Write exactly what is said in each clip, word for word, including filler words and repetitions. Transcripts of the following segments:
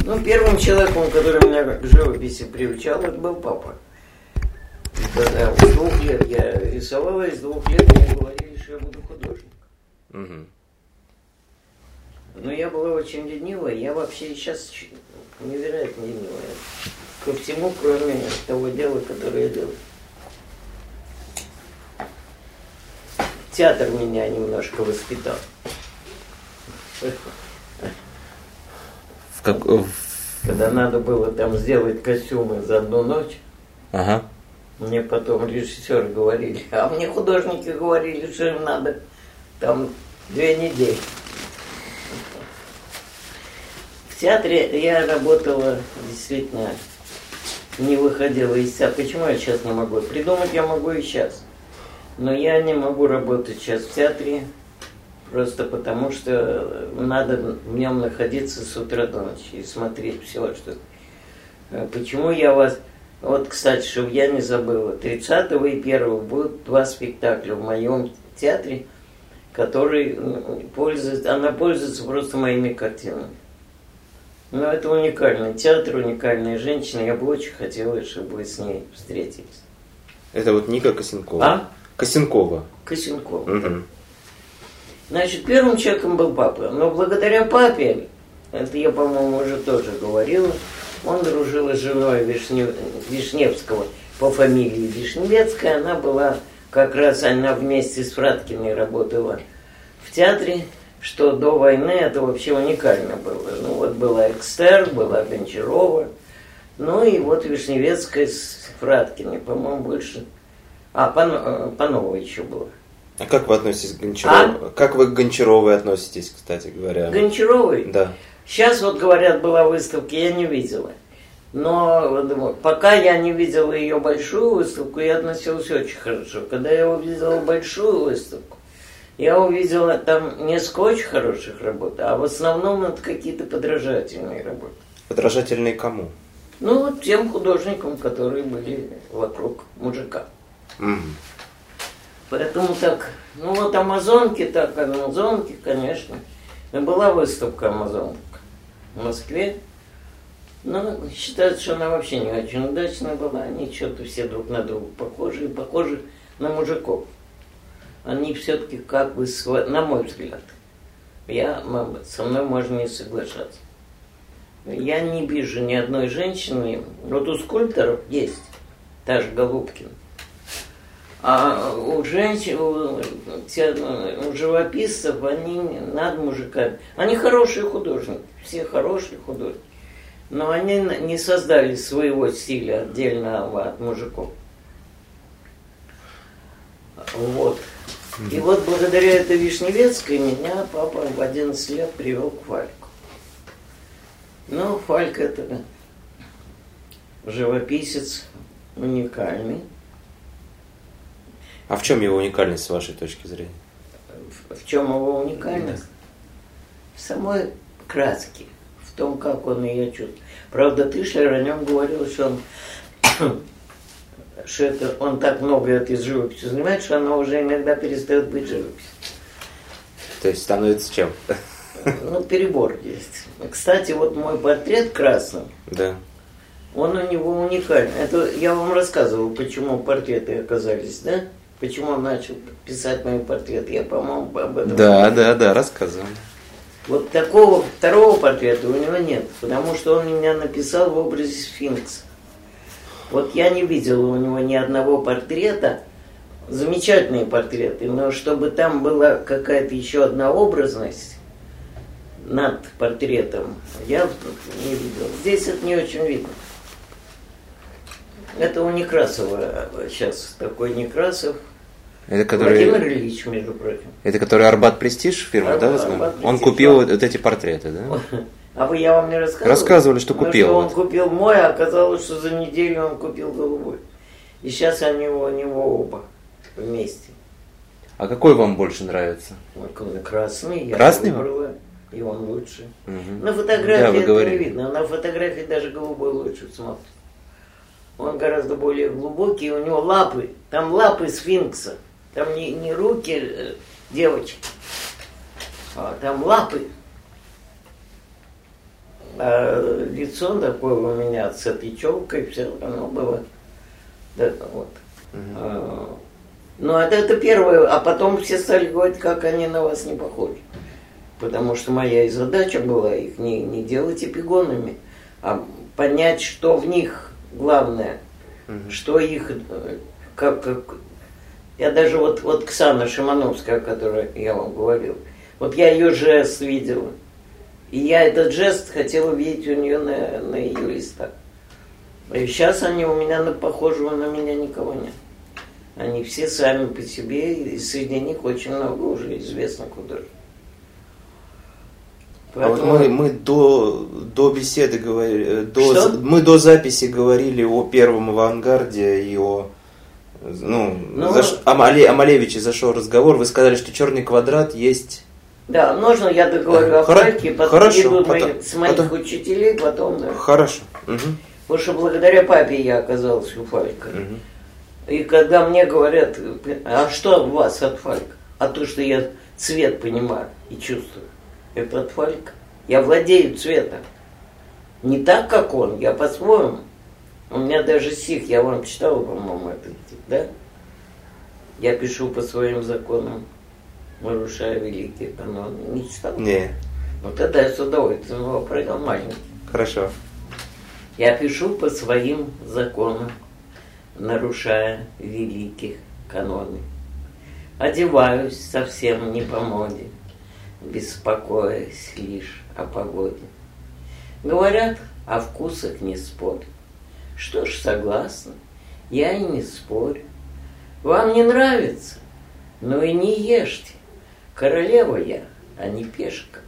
Ну, первым человеком, который меня к живописи приучал, это был папа. Когда с двух лет я рисовала, и с двух лет мне говорили, что я буду художник. Угу. Но я была очень ленивая, я вообще сейчас невероятно ленивая. Ко всему, кроме того дела, которое я делаю. Театр меня немножко воспитал. В как... Когда надо было там сделать костюмы за одну ночь, ага. Мне потом режиссеры говорили, а мне художники говорили, что им надо там две недели. В театре я работала действительно, не выходила из себя. Почему я сейчас не могу? Придумать я могу и сейчас. Но я не могу работать сейчас в театре, просто потому что надо в нем находиться с утра до ночи и смотреть все, что... Почему я вас... Вот, кстати, чтобы я не забыла, тридцатого и первого будут два спектакля в моем театре, который пользуется, она пользуется просто моими картинами. Но это уникальный театр, уникальная женщина. Я бы очень хотела, чтобы вы с ней встретились. Это вот Ника Косенкова. А? Косенкова. Косенкова. Угу. Значит, первым человеком был папа. Но благодаря папе, это я, по-моему, уже тоже говорила, он дружил с женой Вишне... Вишневского по фамилии Вишневецкая. Она была, как раз она вместе с Фраткиной работала в театре, что до войны это вообще уникально было. Ну вот была Экстер, была Гончарова, ну и вот Вишневецкая с Фраткиной, по-моему, больше... А, Пан... Панова еще была. А как вы относитесь к Гончаровой? А? Как вы к Гончаровой относитесь, кстати говоря? Гончаровой? Да. Сейчас вот, говорят, была выставка, я не видела. Но пока я не видела ее большую выставку, я относилась очень хорошо. Когда я увидела большую выставку, я увидела там несколько очень хороших работ, а в основном это какие-то подражательные работы. Подражательные кому? Ну, вот тем художникам, которые были вокруг мужика. Угу. Поэтому так, ну вот Амазонки, так, Амазонки, конечно. Была выставка Амазонок в Москве. Но считается, что она вообще не очень удачная была. Они что-то все друг на друга похожи и похожи на мужиков. Они все-таки как бы, на мой взгляд, я, со мной можно не соглашаться. Я не вижу ни одной женщины, вот у скульпторов есть, та же Голубкина, а у женщин, у, у живописцев, они над мужиками. Они хорошие художники, все хорошие художники, но они не создали своего стиля отдельного от мужиков. Вот. И вот благодаря этой Вишневецкой меня папа в одиннадцать лет привел к Фальку. Ну, Фальк это живописец уникальный. А в чем его уникальность с вашей точки зрения? В, в чем его уникальность? Да. В самой краске, в том, как он ее чувствует. Правда, Тышлер о нем говорил, что он, что это, он так много этой живописью занимает, что она уже иногда перестает быть живописью. То есть становится чем? Ну, перебор есть. Кстати, вот мой портрет красный. Да. Он у него уникальный. Это я вам рассказывал, почему портреты оказались, да? Почему он начал писать мои портреты. Я, по-моему, об этом Да, говорил. да, да, рассказывал. Вот такого второго портрета у него нет, потому что он меня написал в образе сфинкса. Вот я не видела у него ни одного портрета, замечательные портреты, но чтобы там была какая-то еще одна образность над портретом, я не видела. Здесь это не очень видно. Это у Некрасова сейчас такой Некрасов. Это который... Владимир Ильич, между прочим. Это который Арбат Престиж фирма, Арбат, да, возьмем? Арбат Он Престиж, купил да. вот эти портреты, да? А вы, я вам не рассказывал? Рассказывали, что ну, купил. Что вот. он купил мой, а оказалось, что за неделю он купил голубой. И сейчас они у него оба вместе. А какой вам больше нравится? Красный. Красный? Я выбрала, и он лучше. Угу. На фотографии да, это говорили. не видно. На фотографии даже голубой лучше смотрит. Он гораздо более глубокий, у него лапы. Там лапы сфинкса. Там не, не руки э, девочки, а там лапы. А лицо такое у меня с этой челкой, все равно было. Да, вот. Uh-huh. Ну, это, это первое, а потом все стали говорить, как они на вас не похожи. Потому что моя и задача была их не, не делать эпигонами, а понять, что в них главное, uh-huh. что их, как, как... Я даже вот, вот Ксана Шимановская, о которой я вам говорил, вот я ее жест видела, и я этот жест хотела видеть у нее на, на ее листах. И сейчас они у меня, на похожего на меня никого нет. Они все сами по себе, и среди них очень много уже известных художников. Поэтому... А вот мы, мы до, до беседы говорили, до, мы до записи говорили о первом авангарде и о, ну, ну заш... о, Мале, о Малевиче зашел разговор. Вы сказали, что черный квадрат есть. Да, можно я договорю о Хор... Фальке, потом Хорошо, идут потом, мои, с моих потом... учителей, потом, да. Хорошо. Угу. Потому что благодаря папе я оказался у Фалька. Угу. И когда мне говорят, а что у вас от Фалька? А то, что я цвет понимаю и чувствую. Это от Фалька. Я владею цветом. Не так, как он, я по-своему. У меня даже стих, я вам читал, по-моему, этот стих, да? Я пишу по своим законам, нарушая великие каноны. Не читал? Не. Вот это я с удовольствием его пройдал маленький. Хорошо. Я пишу по своим законам, нарушая великих каноны. Одеваюсь совсем не по моде, беспокоясь лишь о погоде. Говорят, о вкусах не спорь. Что ж, согласна, я и не спорю. Вам не нравится? Ну и не ешьте. Королева я, а не пешка.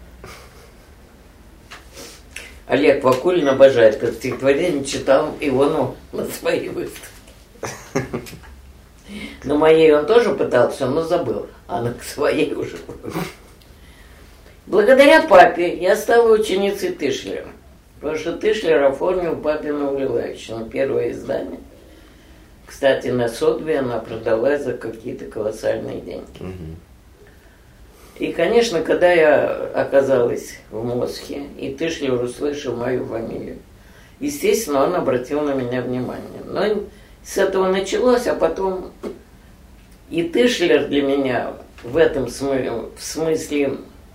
Олег Вакулин обожает это стихотворение, читал его, ну, на своей выставке. На моей он тоже пытался, но забыл, а на своей уже. Благодаря папе я стала ученицей Тышлера. Потому что Тышлер оформил папину Лилаевичину первое издание. Кстати, на Сотбе она продалась за какие-то колоссальные деньги. Угу. И, конечно, когда я оказалась в Москве, и Тышлер услышал мою фамилию, естественно, он обратил на меня внимание. Но с этого началось, а потом и Тышлер для меня в этом смысле, в смысле,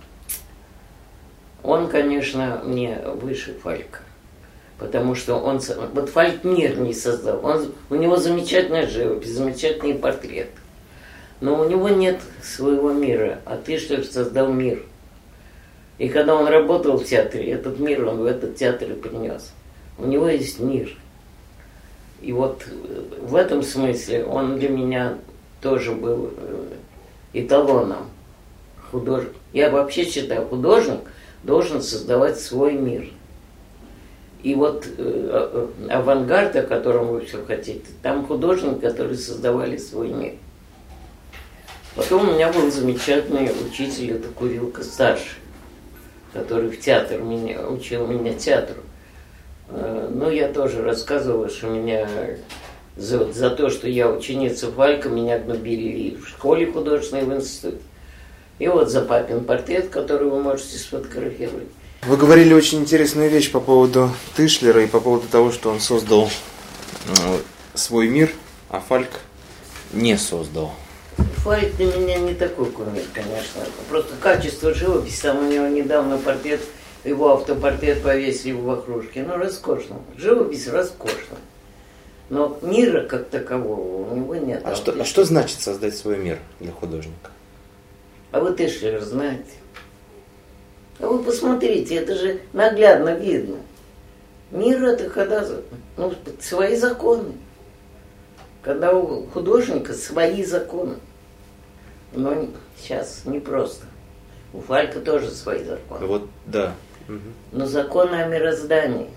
он, конечно, мне выше Фалька. Потому что он, вот Фальк мир не создал. Он, у него замечательная живопись, замечательный портрет. Но у него нет своего мира, а Тышлер создал мир. И когда он работал в театре, этот мир он в этот театр и принес. У него есть мир. И вот в этом смысле он для меня тоже был эталоном. Художник. Я вообще считаю, художник должен создавать свой мир. И вот э, авангард, о котором вы все хотите, там художники, которые создавали свой мир. Потом у меня был замечательный учитель, это Курилка старший, который в театр меня, учил меня театру. Э, ну, я тоже рассказывала, что меня за, за то, что я ученица Фалька, меня гнобили в школе художественной, в институте. И вот за папин портрет, который вы можете сфотографировать. Вы говорили очень интересную вещь по поводу Тышлера и по поводу того, что он создал ну, свой мир, а Фальк не создал. Фальк для меня не такой кумир, конечно. Просто качество живописи, там у него недавно портрет, его автопортрет повесили в Вахрушке. Ну, роскошно. Живопись роскошна. Но мира как такового у него нет. А что, а что значит создать свой мир для художника? А вы Тышлер знаете. А вы посмотрите, это же наглядно видно. Мир это когда ну, свои законы. Когда у художника свои законы. Но сейчас непросто. У Фалька тоже свои законы. Вот, да. Угу. Но законы о мироздании.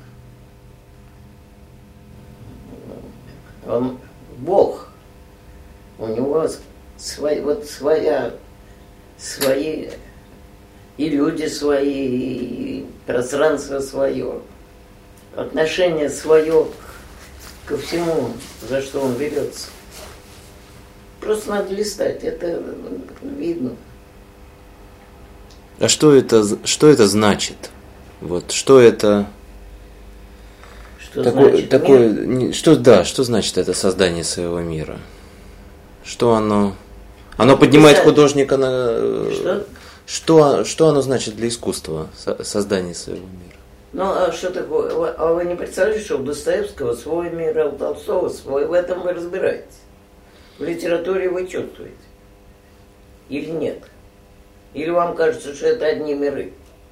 Он Бог. У него свой, вот своя, свои и люди свои, и пространство свое, отношение свое ко всему, за что он берется. Просто надо листать, это видно. А что это, что это значит? Вот что это? Что такое, значит такое, мир? Что, да, что значит это создание своего мира? Что оно? Оно поднимает Писать. художника на... Что? Что, что оно значит для искусства, создание своего мира? Ну, а что такое? А вы не представляете, что у Достоевского свой мир, а у Толстого свой? В этом вы разбираетесь. В литературе вы чувствуете. Или нет? Или вам кажется, что это одни миры?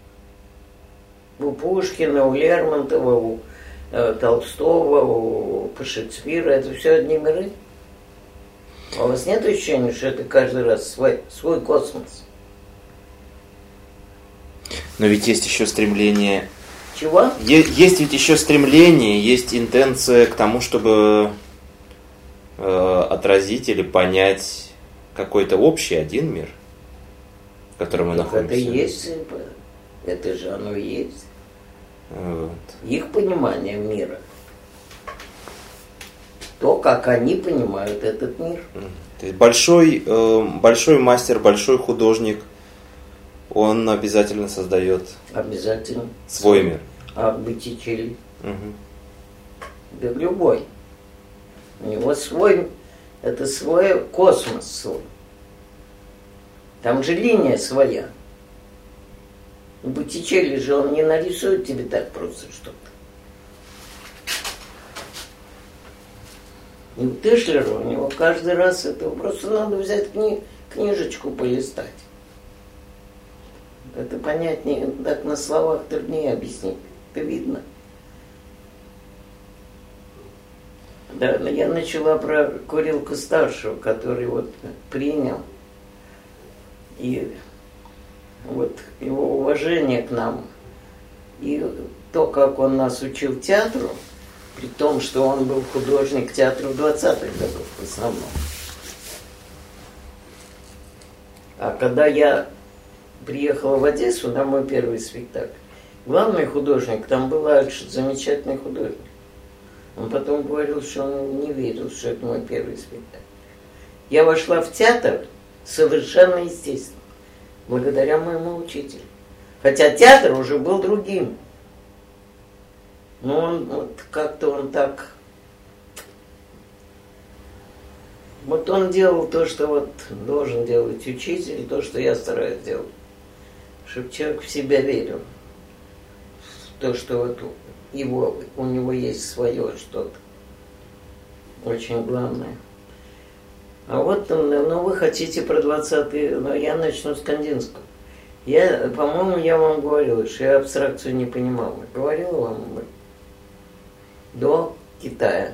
У Пушкина, у Лермонтова, у э, Толстого, у Шекспира это все одни миры? А у вас нет ощущения, что это каждый раз свой, свой космос? Но ведь есть еще стремление... Чего? Есть ведь еще стремление, есть интенция к тому, чтобы э, отразить или понять какой-то общий один мир, в котором мы так находимся. Это и есть, это же оно и есть. Вот. Их понимание мира. То, как они понимают этот мир. То есть большой, э, большой мастер, большой художник, он обязательно создает Обязательно. свой мир. А Боттичелли? Угу. Да любой. У него свой, это свой космос свой. Там же линия своя. Боттичелли же он не нарисует тебе так просто что-то. И у Тишлера у него каждый раз это просто надо взять кни, книжечку полистать. Это понятнее, так на словах труднее объяснить. Это видно. Да, но я начала про Курилку-старшего, который вот принял. И вот его уважение к нам. И то, как он нас учил театру, при том, что он был художник театра в двадцатых годах в основном. А когда я приехала в Одессу на мой первый спектакль, главный художник там был Альшит, замечательный художник. Он потом говорил, что он не верил, что это мой первый спектакль. Я вошла в театр совершенно естественно, благодаря моему учителю. Хотя театр уже был другим. Но он вот как-то он так... Вот он делал то, что вот должен делать учитель, то, что я стараюсь делать. Чтобы человек в себя верил. В то, что вот его, у него есть свое что-то. Очень главное. А вот, ну вы хотите про двадцатые, но я начну с Кандинского. Я, по-моему, я вам говорила, что я абстракцию не понимала. Говорила вам об этом? До Китая.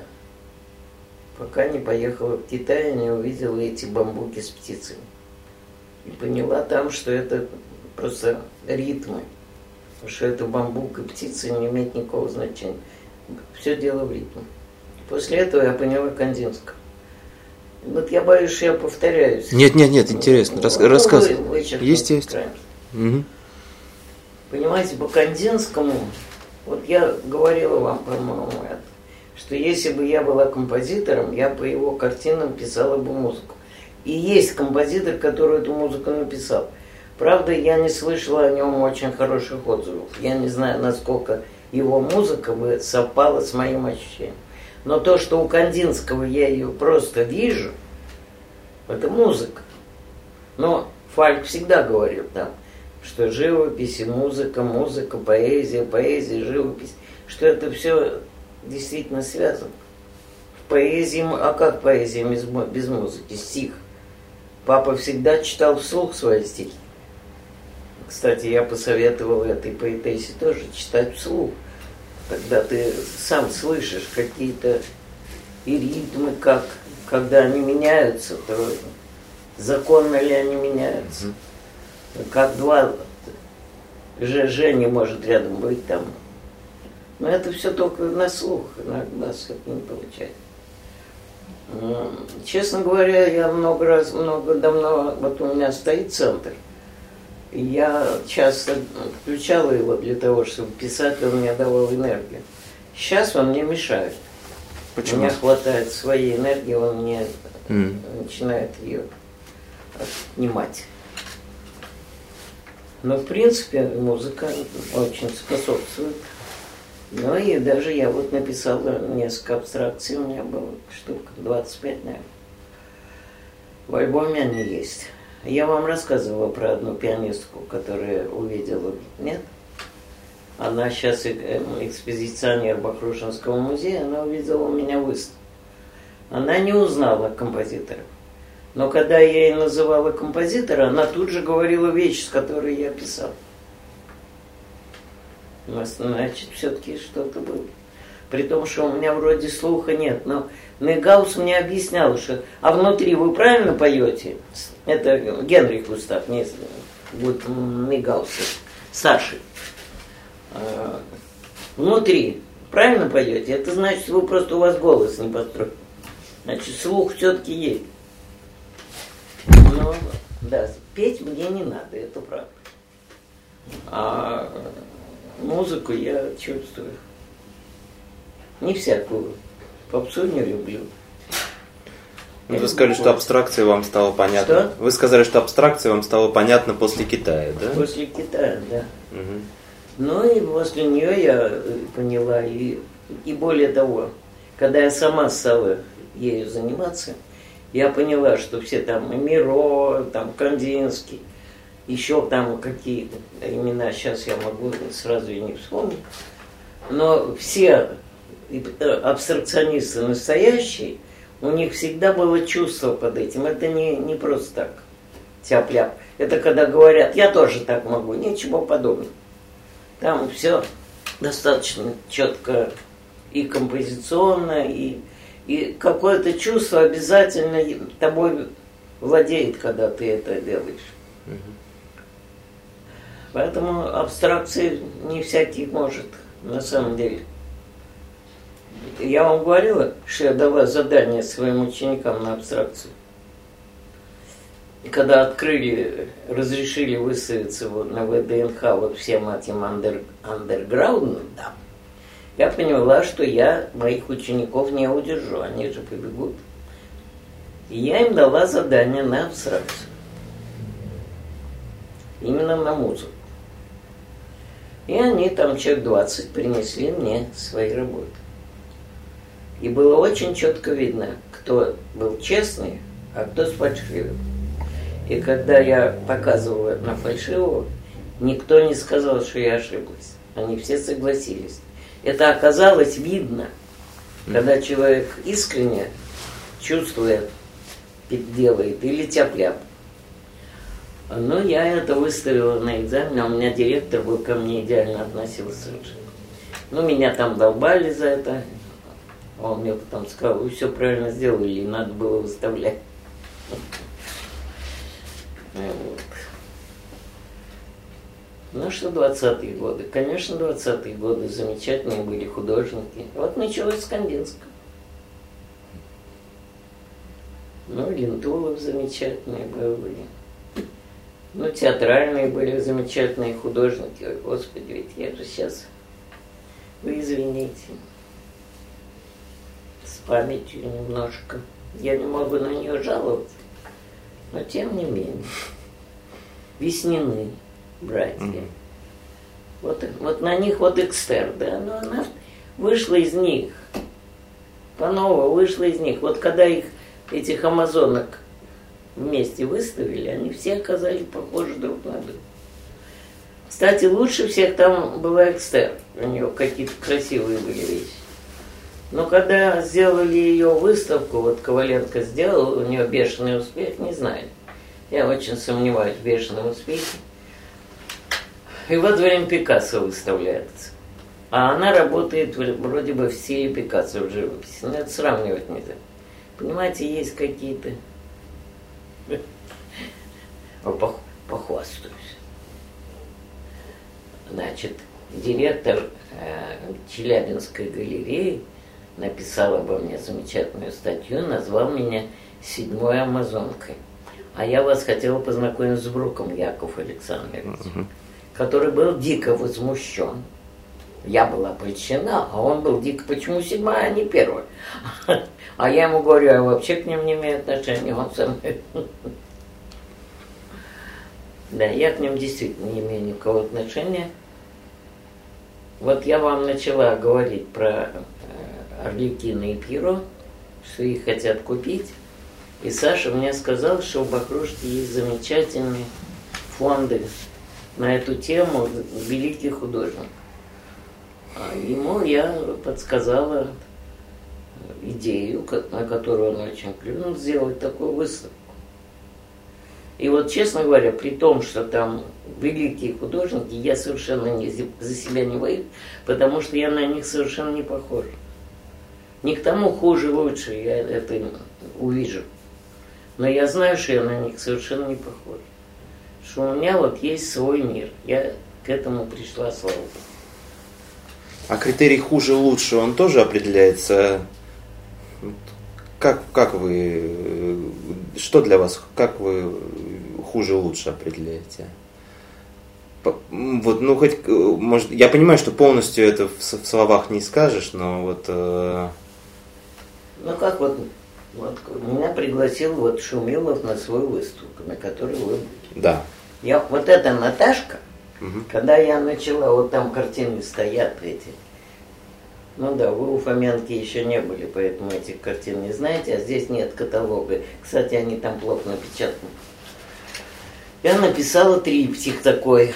Пока не поехала в Китай, не увидела эти бамбуки с птицами. И поняла там, что это просто ритмы. Что это бамбук и птицы не имеет никакого значения. Все дело в ритме. После этого я поняла Кандинского. Вот я боюсь, что я повторяюсь. Нет, нет, нет, интересно. Рас, ну, рассказывай. Вы, вы есть, есть. Угу. Понимаете, по Кандинскому, вот я говорила вам, по-моему, это, что если бы я была композитором, я по его картинам писала бы музыку. И есть композитор, который эту музыку написал. Правда, я не слышала о нем очень хороших отзывов. Я не знаю, насколько его музыка бы совпала с моим ощущением. Но то, что у Кандинского я ее просто вижу, это музыка. Но Фальк всегда говорил там, что живопись и музыка, музыка, поэзия, поэзия, живопись, что это все действительно связано. В поэзии, а как поэзия без, без музыки? Стих. Папа всегда читал вслух свои стихи. Кстати, я посоветовал этой поэтессе тоже читать вслух. Когда ты сам слышишь какие-то и ритмы, как, когда они меняются, то законно ли они меняются. Mm-hmm. Как два ЖЖ не может рядом быть там. Но это все только на слух, иногда это не получается. Честно говоря, я много раз, много давно, вот у меня стоит центр, и я часто включала его для того, чтобы писать, он мне давал энергию. Сейчас он мне мешает. Почему? У меня хватает своей энергии, он мне mm. начинает ее отнимать. Но, в принципе, музыка очень способствует. Ну и даже я вот написала несколько абстракций, у меня было штук двадцать пять, наверное. В альбоме они есть. Я вам рассказывала про одну пианистку, которая увидела, нет? Она сейчас экспозиционер Бахрушинского музея, она увидела у меня выставку. Она не узнала композиторов. Но когда я ей называла композитора, она тут же говорила вещи, с которой я писал. Значит, все-таки что-то было. При том, что у меня вроде слуха нет. Но Нейгаус мне объяснял, что а внутри вы правильно поете? Это Генрих Густав, не будет Нейгаус, старший. Внутри правильно поете? Это значит, вы просто у вас голос не построен. Значит, слух все-таки есть. Но, да, петь мне не надо, это правда. А музыку я чувствую. Не всякую. Попсу не люблю. Ну, вы сказали, что абстракция вам стала понятна. Что? Вы сказали, что абстракция вам стала понятна после Китая, да? После Китая, да. Угу. Ну и после нее я поняла, и, и более того, когда я сама стала ею заниматься, я поняла, что все там Миро, там Кандинский, еще там какие-то имена, сейчас я могу сразу и не вспомнить, но все абстракционисты настоящие, у них всегда было чувство под этим. Это не, не просто так, тяп-ляп. Это когда говорят, я тоже так могу, ничего подобного. Там все достаточно четко и композиционно, и, и какое-то чувство обязательно тобой владеет, когда ты это делаешь. Угу. Поэтому абстракции не всякий может, на самом деле. Я вам говорила, что я дала задание своим ученикам на абстракцию. И когда открыли, разрешили выставиться вот на вэ дэ эн ха вот всем этим андер, андерграундом, да, я поняла, что я моих учеников не удержу, они же побегут. И я им дала задание на абстракцию. Именно на музыку. И они там человек двадцать принесли мне свои работы. И было очень четко видно, кто был честный, а кто с фальшивым. И когда я показывала на фальшивого, никто не сказал, что я ошиблась. Они все согласились. Это оказалось видно, когда человек искренне чувствует, делает или тяп-ляп. Но я это выставила на экзамен, а у меня директор был ко мне идеально относился. Ну, меня там долбали за это. Он мне потом сказал, вы все правильно сделали, и надо было выставлять. Вот. Ну что двадцатые годы? Конечно, двадцатые годы замечательные были художники. Вот началось с Кандинского. Ну, Лентулов замечательные были. Ну, театральные были замечательные художники. Ой, Господи, ведь я же сейчас... Вы извините. С памятью немножко. Я не могу на нее жаловаться. Но тем не менее. Веснины, братья. Mm-hmm. Вот, вот на них вот Экстер, да, но она вышла из них. Панова вышла из них. Вот когда их, этих амазонок вместе выставили, они все оказались похожи друг на друга. Кстати, лучше всех там была Экстер. У нее какие-то красивые были вещи. Но когда сделали ее выставку, вот Коваленко сделал, у нее бешеный успех, не знаю. Я очень сомневаюсь в бешеном успехе. И во время Пикассо выставляется. А она работает вроде бы в стиле Пикассо в живописи. Но это сравнивать нельзя. Понимаете, есть какие-то... Похвастаюсь. Значит, директор э, Челябинской галереи написал обо мне замечательную статью, назвал меня седьмой амазонкой. А я вас хотела познакомить с Бруком Яков Александрович, uh-huh. который был дико возмущен. Я была польщена, а он был дико, почему седьмая, а не первая? А я ему говорю, я вообще к ним не имею отношения, он со мной. Да, я к ним действительно не имею никакого отношения. Вот я вам начала говорить про Арлекина и Пьеро, что их хотят купить. И Саша мне сказал, что в Бакрушке есть замечательные фонды на эту тему великих художников. А ему я подсказала идею, на которую он очень клюнул, сделать такую выставку. И вот, честно говоря, при том, что там великие художники, я совершенно не, за себя не боюсь, потому что я на них совершенно не похожа. Не к тому хуже, лучше, я это увижу. Но я знаю, что я на них совершенно не похожа. Что у меня вот есть свой мир. Я к этому пришла, слава Богу. А критерий хуже-лучше, он тоже определяется? Как, как вы, что для вас, как вы хуже-лучше определяете? Вот, ну, хоть, может, я понимаю, что полностью это в, в словах не скажешь, но вот... Э... Ну, как вот, вот, меня пригласил вот Шумилов на свою выставку, на которой вы были. Да. Я, вот эта Наташка, угу. Когда я начала, вот там картины стоят эти. Ну да, вы у Фоменки еще не были, поэтому этих картин не знаете, а здесь нет каталога. Кстати, они там плохо напечатаны. Я написала триптих такой.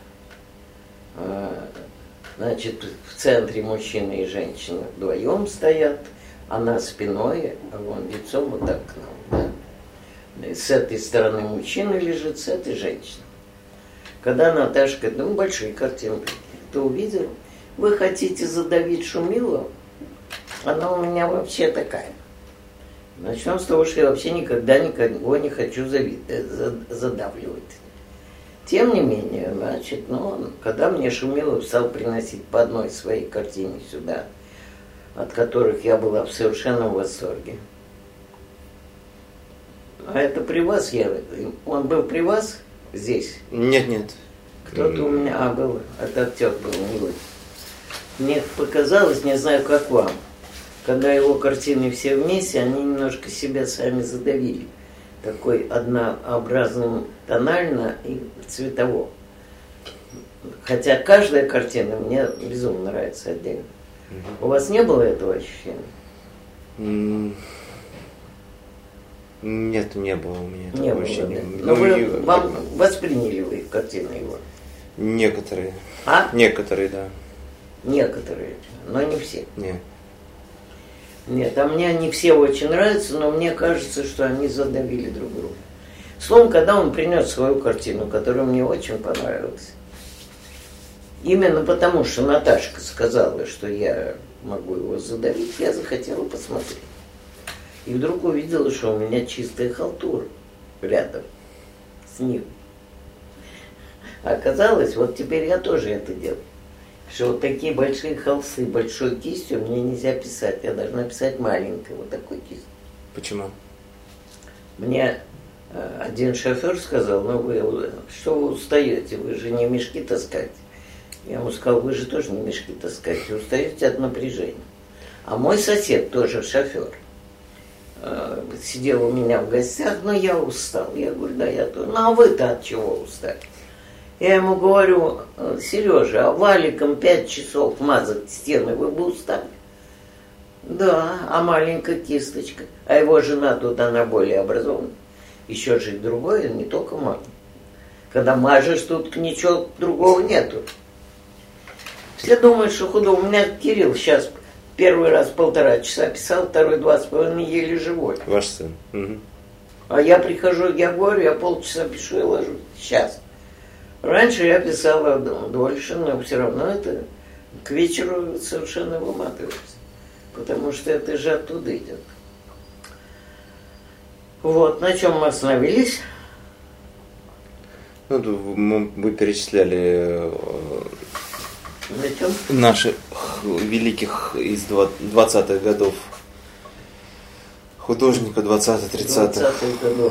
Значит, в центре мужчина и женщина вдвоем стоят, она спиной, а вон лицом вот так к нам. Да? С этой стороны мужчина лежит, с этой женщина. Когда Наташка, ну, большие картины, ты увидел? Вы хотите задавить Шумилова? Она у меня вообще такая. Начнем с того, что я вообще никогда никого не хочу зави- задавливать. Тем не менее, значит, ну, когда мне Шумилов стал приносить по одной своей картине сюда, от которых я была в совершенном восторге. А это при вас я... Он был при вас здесь? Нет, нет. Кто-то у меня... А, был. Это актер был, не вы. Мне показалось, не знаю, как вам, когда его картины все вместе, они немножко себя сами задавили. Такой однообразным тонально и цветово. Хотя каждая картина мне безумно нравится отдельно. Угу. У вас не было этого ощущения? Mm. Нет, не было у меня не такого было, ощущения. Да. Но ну, вы, и... вам восприняли вы картины его? Некоторые. А? Некоторые, да. Некоторые, но не все. Нет. Нет, а мне они все очень нравятся, но мне кажется, что они задавили друг друга. Словом, когда он принес свою картину, которая мне очень понравилась, именно потому, что Наташка сказала, что я могу его задавить, я захотела посмотреть. И вдруг увидела, что у меня чистая халтура рядом с ним. А оказалось, вот теперь я тоже это делаю. Что вот такие большие холсты большой кистью мне нельзя писать. Я должна писать маленькой, вот такой кистью. Почему? Мне один шофер сказал, ну вы, что вы устаете, вы же не мешки таскаете. Я ему сказал, вы же тоже не мешки таскаете, устаете от напряжения. А мой сосед, тоже шофер, сидел у меня в гостях, но я устал. Я говорю, да, я тоже. Ну а вы-то от чего устали? Я ему говорю, Сережа, а валиком пять часов мазать стены вы бы устали? Да, а маленькая кисточка. А его жена тут, она более образованная. Еще же и другое, не только маленькая. Когда мажешь, тут ничего другого нету. Все думают, что худо. У меня Кирилл сейчас первый раз полтора часа писал, второй два с половиной еле живой. Ваш сын. Угу. А я прихожу, я говорю, я полчаса пишу и ложусь. Сейчас. Раньше я писала дольше, но все равно это к вечеру совершенно выматывается. Потому что это же оттуда идет. Вот, на чем мы остановились? Ну, мы, вы перечисляли на чем? Наших великих из двадцатых годов художника двадцатых-тридцатых. двадцатых годов.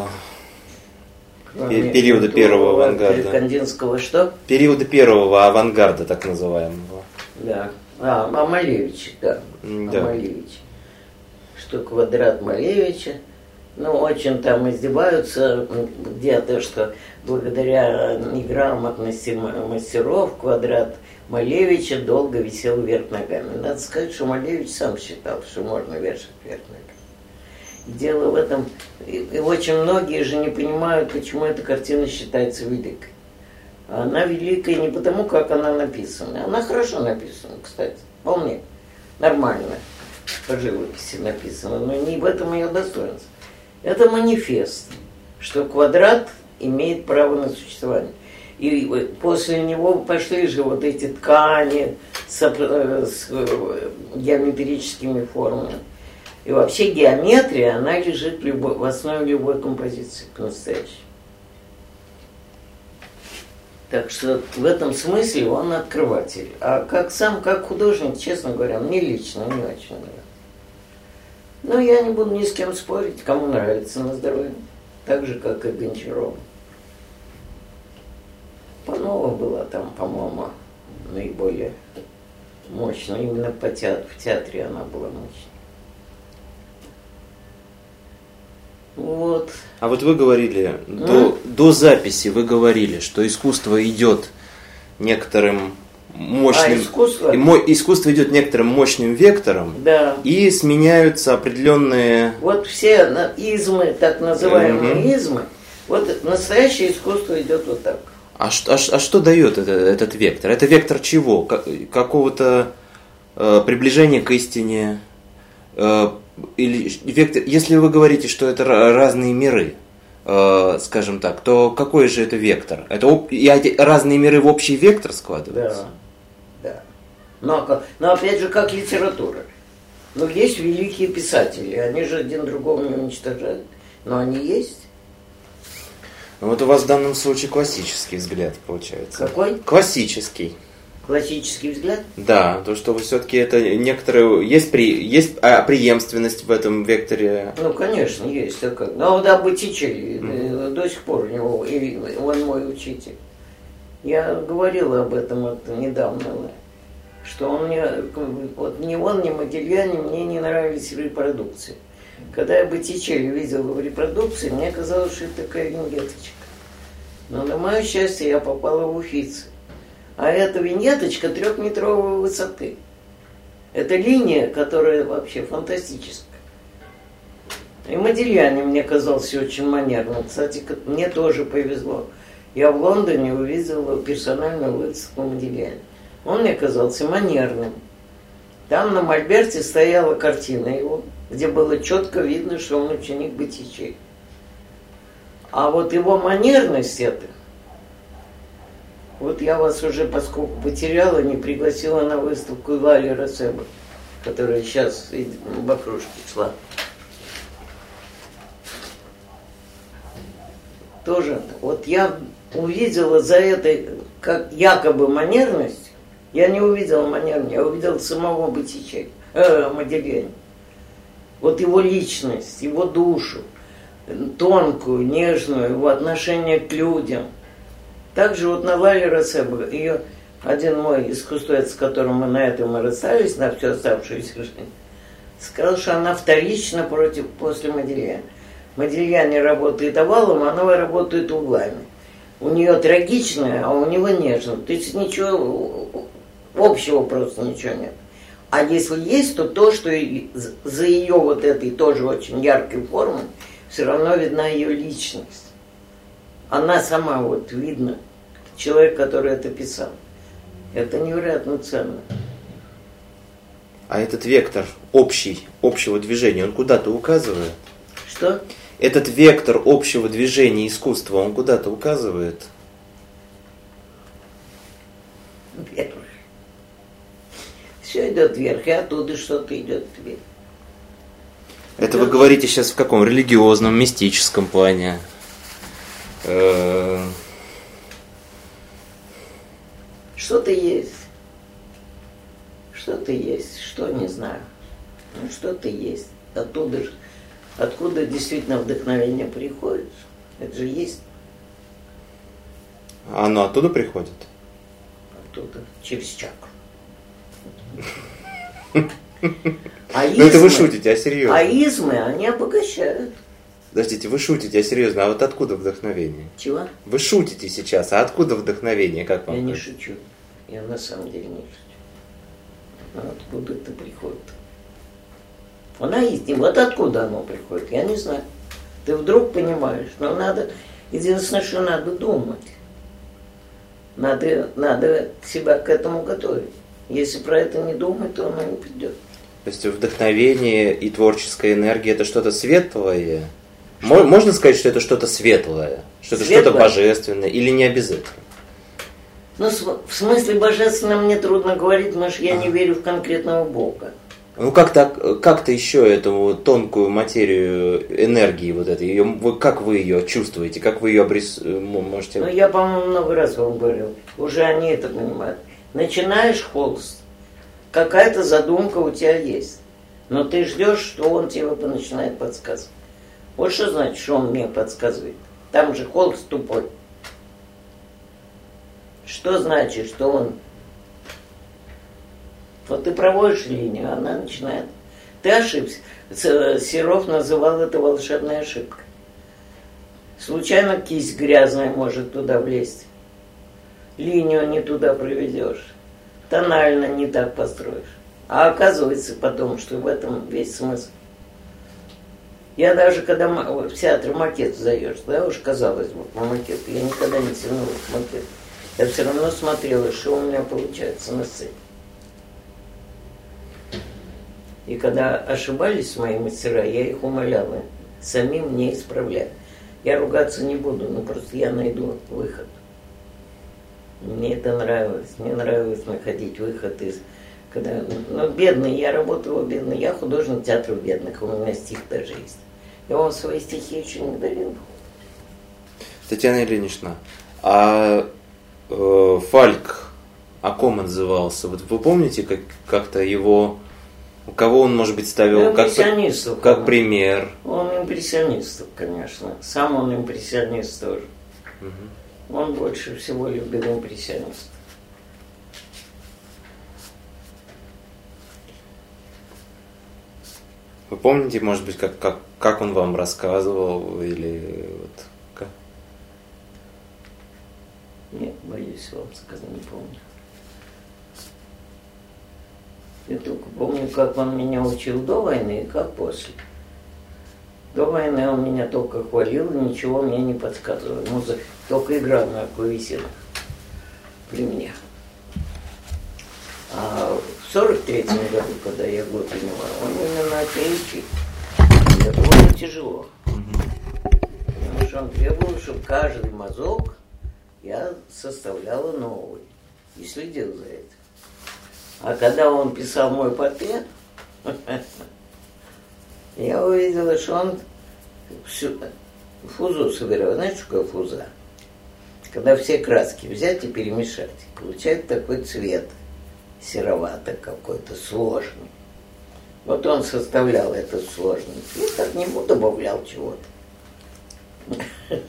Кроме периода первого авангарда. Кандинского что? Периода первого авангарда, так называемого. Да. А, а Малевич, да. да. А Малевич. Что квадрат Малевича, Ну, очень там издеваются где-то, что благодаря неграмотности мастеров квадрат Малевича долго висел вверх ногами. Надо сказать, что Малевич сам считал, что можно вешать вверх ногами. И дело в этом, и очень многие же не понимают, почему эта картина считается великой. Она великая не потому, как она написана. Она хорошо написана, кстати, вполне нормально по живописи написана, но не в этом ее достоинство. Это манифест, что квадрат имеет право на существование. И после него пошли же вот эти ткани с, с геометрическими формами. И вообще геометрия, она лежит в основе любой композиции, настоящей. Так что в этом смысле он открыватель. А как сам, как художник, честно говоря, мне лично не очень нравится. Но я не буду ни с кем спорить, кому нравится, на здоровье. Так же, как и Гончарова. Панова была там, по-моему, наиболее мощная. Именно по театру, в театре она была мощная. Вот. А вот вы говорили, до, до записи вы говорили, что искусство идет некоторым мощным... А, искусство? Искусство идет некоторым мощным вектором, да. И сменяются определенные... Вот все измы, так называемые mm-hmm. измы, вот настоящее искусство идет вот так. А, а, а что дает это, этот вектор? Это вектор чего? Какого-то э, приближения к истине? Э, или вектор, если вы говорите, что это разные миры, э, скажем так, то какой же это вектор? Это об, и разные миры в общий вектор складываются? Да, да. Но, но опять же, как литература. Но есть великие писатели, они же один другого не уничтожают, но они есть. Вот у вас в данном случае классический взгляд получается. Какой? Классический. Классический взгляд? Да, то, что вы все-таки это некоторые... Есть, при, есть а, преемственность в этом векторе? Ну, конечно, есть. А как? Ну, да, Боттичелли, mm-hmm. до сих пор у него, и он мой учитель. Я говорила об этом вот недавно, что он мне, вот ни он, ни Модильяни мне не нравились репродукции. Когда я Боттичелли видела в репродукции, мне казалось, что это такая виньеточка. Но на мое счастье я попала в Уффици. А эта виньеточка трехметровой высоты. Это линия, которая вообще фантастическая. И Модильяни мне казался очень манерным. Кстати, мне тоже повезло. Я в Лондоне увидела персональную выставку Модильяни. Он мне казался манерным. Там на мольберте стояла картина его, где было четко видно, что он ученик Боттичелли. А вот его манерность это, вот я вас уже, поскольку потеряла, не пригласила на выставку Лали Росебо, которая сейчас в Бакрушке шла. Тоже, вот я увидела за этой, как якобы манерность, я не увидела манерность, я увидела самого Боттичелли, э, Модильяни. Вот его личность, его душу, тонкую, нежную, его отношение к людям. Также вот на Лали Росебо, ее один мой искусствовед, с которым мы на этом и расстались, на всю оставшуюся жизнь, сказал, что она вторично против, после Модильяни. Модильяни работает овалом, а она работает углами. У нее трагичное, а у него нежное. То есть ничего общего просто ничего нет. А если есть, то то, что за ее вот этой тоже очень яркой формой, все равно видна ее личность. Она сама вот видно, человек, который это писал. Это невероятно ценно. А этот вектор общий, общего движения, он куда-то указывает? Что? Этот вектор общего движения искусства, он куда-то указывает? Вверх. Все идет вверх, и оттуда что-то идет вверх. Это вы говорите сейчас в каком? Религиозном, мистическом плане? Что-то есть. Что-то есть, что не знаю. Ну, что-то есть. Оттуда же, откуда действительно вдохновение приходит. Это же есть. А оно оттуда приходит? Оттуда, через чакру. А измы, ну это вы шутите, а серьезно? А измы, они обогащают. Подождите, вы шутите, а серьезно, а вот откуда вдохновение? Чего? Вы шутите сейчас, а откуда вдохновение, как вам? Я не шучу. Я на самом деле не шучу. А откуда это приходит? Она есть. Вот откуда оно приходит, я не знаю. Ты вдруг понимаешь, но надо, единственное, что надо думать. Надо, надо себя к этому готовить. Если про это не думать, то оно не придет. То есть вдохновение и творческая энергия – это что-то светлое? Что? Можно сказать, что это что-то светлое? Что это что-то божественное? Или не обязательно? Ну, в смысле божественное мне трудно говорить, потому что я не верю в конкретного Бога. Ну, как-то, как-то еще эту вот тонкую материю энергии вот этой, ее, вы, как вы ее чувствуете, как вы ее обрис... можете... Ну, я, по-моему, много раз вам говорил, уже они это понимают. Начинаешь холст, какая-то задумка у тебя есть, но ты ждешь, что он тебе начинает подсказывать. Вот что значит, что он мне подсказывает? Там же холст тупой. Что значит, что он... Вот ты проводишь линию, она начинает. Ты ошибся. Серов называл это волшебной ошибкой. Случайно кисть грязная может туда влезть. Линию не туда проведешь. Тонально не так построишь. А оказывается потом, что в этом весь смысл. Я даже когда в театре макет сдаешь, да, уж казалось бы, по макету, я никогда не тянула к макету. Я все равно смотрела, что у меня получается на сцене. И когда ошибались мои мастера, я их умоляла самим не исправлять. Я ругаться не буду, но просто я найду выход. Мне это нравилось. Мне нравилось находить выход из... Когда, ну, бедный, я работала бедный, я художник театра бедных, у меня стих даже есть. Я вам свои стихи еще не дарил. Татьяна Ильинична, а э, Фальк о ком отзывался? Вот вы помните, как, как-то его... Кого он, может быть, ставил как, как пример? Он импрессионистов, конечно. Сам он импрессионист тоже. Угу. Он больше всего любит импрессионистов. Вы помните, может быть, как, как, как он вам рассказывал? Или вот как? Нет, боюсь вам сказать, не помню. Я только помню, как он меня учил до войны и как после. До войны он меня только хвалил, ничего мне не подсказывал. Музыка только играл на клавесинах при мне. А в сорок третьем году, когда я год принимал, он именно это учил. Это было тяжело. Потому что он требовал, чтобы каждый мазок я составляла новый и следил за этим. А когда он писал мой портрет, я увидела, что он всю фузу собирал. Знаете, что такое фуза? Когда все краски взять и перемешать, получается такой цвет сероватый какой-то, сложный. Вот он составлял этот сложный цвет, так к нему добавлял чего-то.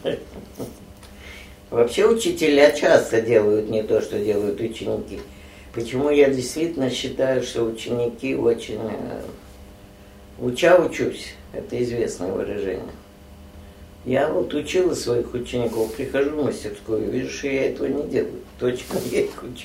Вообще учителя часто делают не то, что делают ученики. Почему я действительно считаю, что ученики очень... Уча учусь, это известное выражение. Я вот учила своих учеников, прихожу в мастерскую и вижу, что я этого не делаю. Точно я их учу.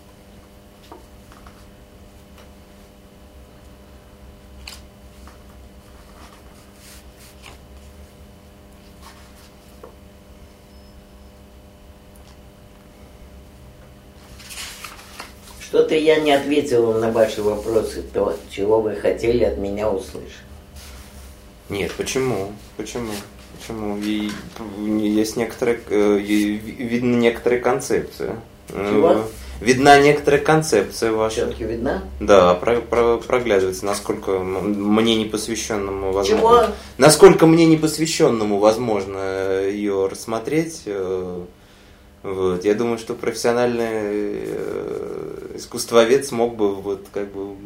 Что-то я не ответила на ваши вопросы, то, чего вы хотели от меня услышать. Нет, почему? Почему? Почему? И, есть некоторые, видны некоторые концепции. Чего? Видна некоторая концепция ваша. Все-таки видна? Да, про, про, проглядывается, насколько мне непосвященному возможно. Чего? Насколько мне непосвященному возможно ее рассмотреть. Вот. Я думаю, что профессиональный искусствовед смог бы вот как бы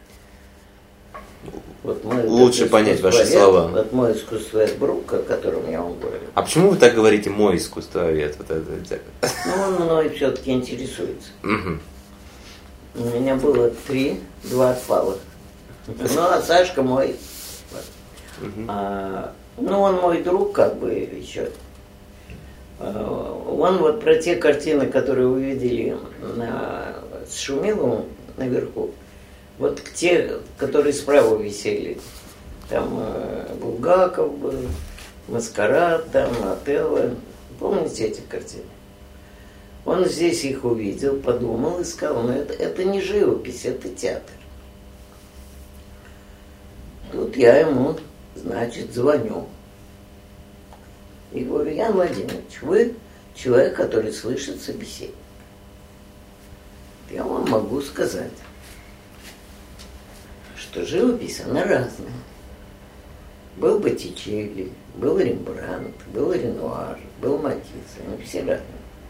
вот мой, лучше понять ваши слова. Вот мой искусствовед Брук, о котором я вам говорю. А почему вы так говорите «мой искусствовед»? Вот это? Ну, он мной все-таки интересуется. Угу. У меня было три, два отпала. Ну, а Сашка мой. Угу. А Ну, он мой друг, как бы, еще. Он вот про те картины, которые вы видели на, с Шумиловым наверху, вот те, которые справа висели, там Булгаков был, Маскарад, там Отелло, помните эти картины? Он здесь их увидел, подумал и сказал, ну это, это не живопись, это театр. Тут я ему, значит, звоню. И говорю, Ян Владимирович, вы человек, который слышит собеседника. Я вам могу сказать, что живопись, она разная. Был Боттичелли, был Рембрандт, был Ренуар, был Матисс, они все разные.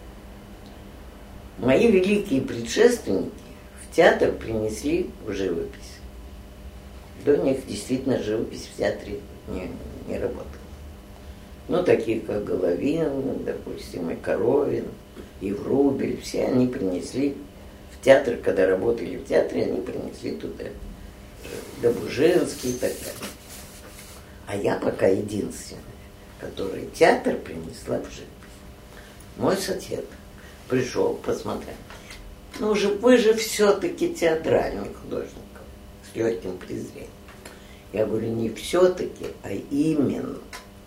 Мои великие предшественники в театр принесли в живопись. До них действительно живопись в театре не, не работала. Ну, такие как Головин, допустим, и Коровин, и Врубель, все они принесли в театр, когда работали в театре, они принесли туда Добужинский и так далее. А я пока единственная, которая театр принесла в живопись. Мой сосед пришел, посмотрел. Ну же, вы же все-таки театральный художник, с легким презрением. Я говорю, не все-таки, а именно.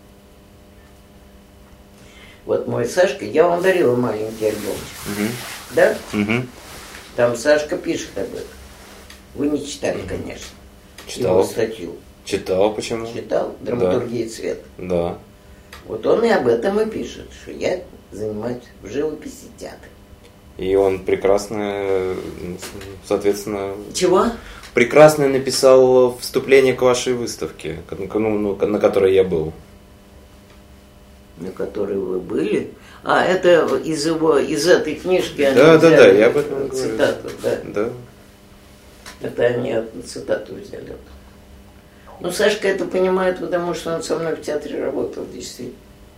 Вот мой Сашка, я вам дарила маленький альбомчик. Угу. Да? Угу. Там Сашка пишет об этом. Вы не читали, конечно. Читал. Его статью. Читал, почему? Читал. Драматургия цвета. Да. Вот он и об этом и пишет, что я занимаюсь в живописи театра. И он прекрасно, соответственно... Чего? Прекрасно написал вступление к вашей выставке, ну, на которой я был. На которой вы были? А, это из его, из этой книжки они да, взяли да, да, я об этом цитату, да. Да. Это они цитату взяли. Ну, Сашка это понимает, потому что он со мной в театре работал, действительно.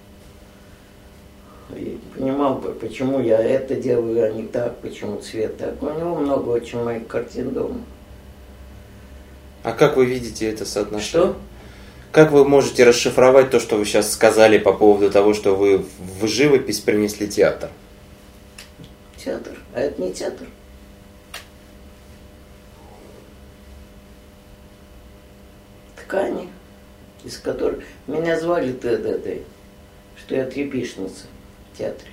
И понимал бы, почему я это делаю, а не так, почему цвет так. У него много очень моих картин дома. А как вы видите это соотношение? Что? Как вы можете расшифровать то, что вы сейчас сказали по поводу того, что вы в живопись принесли театр? Театр? А это не театр. Ткани, из которых... Меня звали этой, что я трепишница в театре.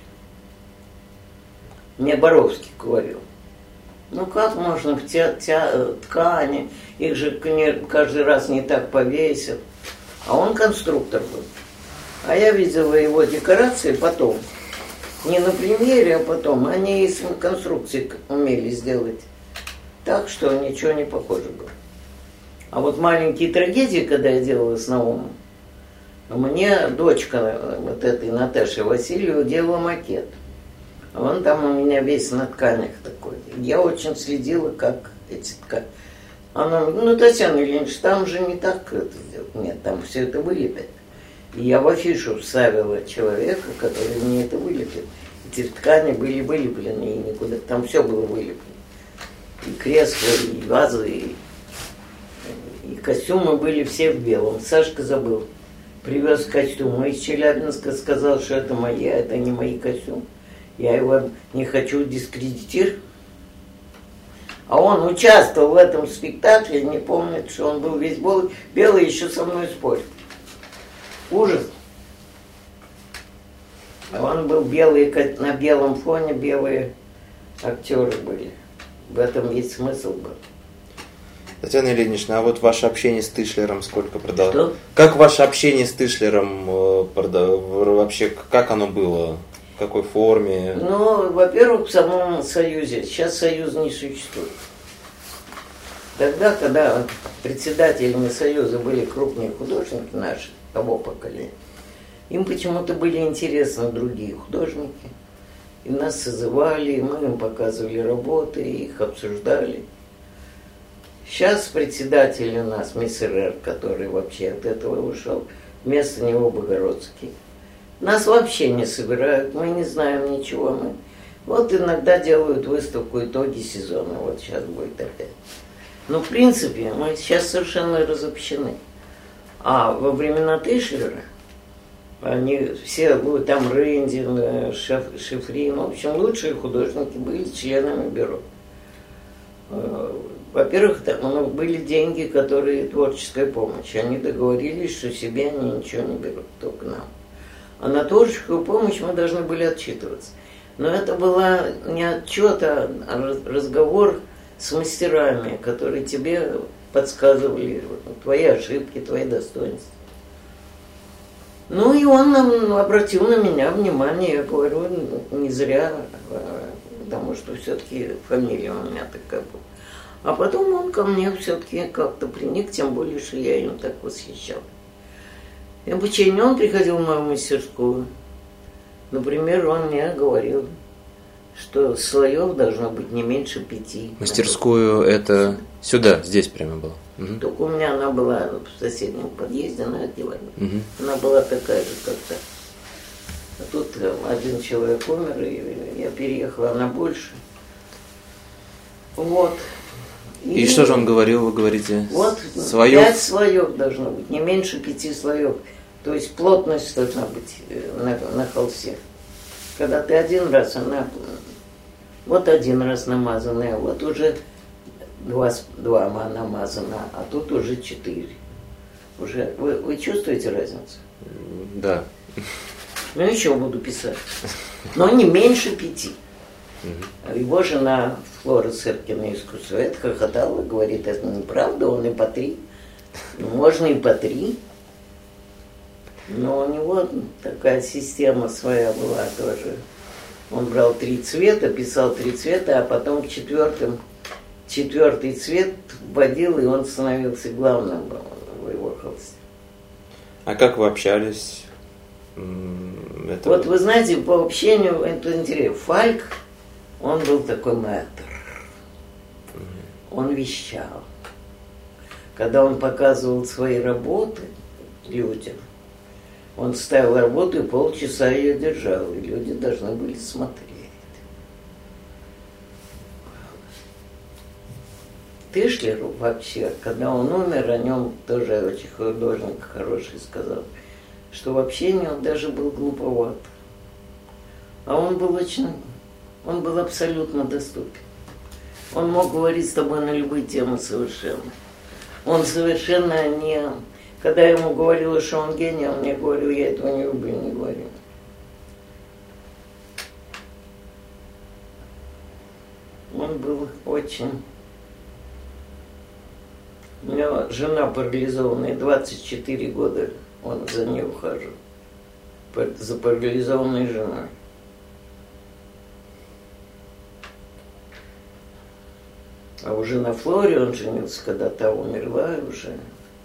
Мне Боровский говорил. Ну как можно в те, те, ткани, их же каждый раз не так повесят. А он конструктор был. А я видела его декорации потом. Не на премьере, а потом. Они из конструкции умели сделать так, что ничего не похоже было. А вот маленькие трагедии, когда я делала с Наумом, мне дочка вот этой Наташи Васильева делала макет. Он там у меня весь на тканях такой. Я очень следила, как эти ткани. Она говорит, ну, Татьяна Ильинична, там же не так это сделать. Нет, там все это вылепят. И я в афишу вставила человека, который мне это вылепил. Эти ткани были вылеплены, и никуда. Там все было вылеплено. И кресла, и вазы, и, и костюмы были все в белом. Сашка забыл. Привез костюмы из Челябинска, сказал, что это мои, а это не мои костюмы. Я его не хочу дискредитировать. А он участвовал в этом спектакле, не помнит, что он был весь белый, еще со мной спорил. Ужас. А он был белый, на белом фоне белые актеры были. В этом весь смысл был. Татьяна Ильинична, а вот ваше общение с Тышлером сколько продолжалось? Что? Как ваше общение с Тышлером вообще, как оно было? В какой форме? Ну, во-первых, в самом Союзе. Сейчас Союз не существует. Тогда, когда председателями Союза были крупные художники наши, того поколения, им почему-то были интересны другие художники. И нас созывали, и мы им показывали работы, и их обсуждали. Сейчас председатель у нас Мессерер, который вообще от этого ушел, вместо него Богородский. Нас вообще не собирают, мы не знаем ничего. Мы... Вот иногда делают выставку итоги сезона, вот сейчас будет опять. Но в принципе мы сейчас совершенно разобщены. А во времена Тишлера они все, там Рындин, Шеф, Шифрин, в общем, лучшие художники были членами бюро. Во-первых, там были деньги, которые творческая помощь. Они договорились, что себе они ничего не берут, только нам. А на творческую помощь мы должны были отчитываться. Но это была не отчет, а разговор с мастерами, которые тебе подсказывали твои ошибки, твои достоинства. Ну и он нам обратил на меня внимание, я говорю, не зря, потому что все-таки фамилия у меня такая была. А потом он ко мне все-таки как-то приник, тем более, что я им так восхищал. И обучение он приходил в мою мастерскую. Например, он мне говорил, что слоев должно быть не меньше пяти. Мастерскую это сюда, здесь прямо было? Угу. Только у меня она была в соседнем подъезде на отделении. Угу. Она была такая же, как та. А тут один человек умер, и я переехала на больше. Вот. И, и что же он говорил, вы говорите? Вот слоев? Пять слоев должно быть, не меньше пяти слоев. То есть плотность должна быть на, на холсте. Когда ты один раз, она вот один раз намазанная, вот уже два, два намазана, а тут уже четыре. Уже вы, вы чувствуете разницу? Да. Ну еще буду писать. Но не меньше пяти. Угу. Его жена Флора Церкина искусствовед хохотала, говорит, это неправда, он и по три. Можно и по три. Но у него такая система своя была тоже. Он брал три цвета, писал три цвета, а потом четвертым, четвертый цвет вводил, и он становился главным в его холсте. А как вы общались? Это... Вот вы знаете, по общению, это интересно. Фальк, он был такой мэтр. Он вещал. Когда он показывал свои работы людям, он ставил работу и полчаса ее держал, и люди должны были смотреть. Тишлеру вообще, когда он умер, о нем тоже очень художник хороший сказал, что в общении он даже был глуповат. А он был очень, он был абсолютно доступен. Он мог говорить с тобой на любые темы совершенно. Он совершенно не... Когда я ему говорила, что он гений, он мне говорил, я этого не люблю, не говорю. Он был очень... У меня жена парализованная, двадцать четыре года он за ней ухаживал. За парализованной женой. А уже на Флоре он женился, когда та умерла уже.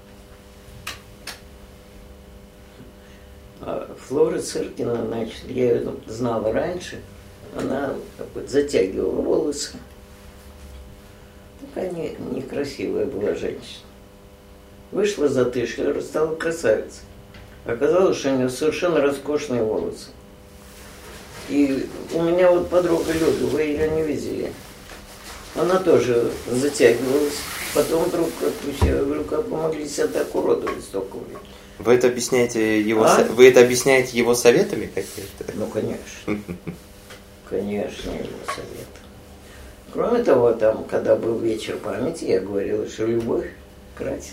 А Флора Церкина, значит, я ее знала раньше, она затягивала волосы. Такая не, некрасивая была женщина. Вышла за Тишлера, стала красавицей. Оказалось, что у нее совершенно роскошные волосы. И у меня вот подруга Люда, вы ее не видели. Она тоже затягивалась. Потом вдруг, я говорю, как вы могли себя так уродовать столько времени? Вы это объясняете его, а? со... вы это объясняете его советами какими-то? Ну, конечно. Конечно, его советы. Кроме того, там, когда был вечер памяти, я говорила, что любовь красит.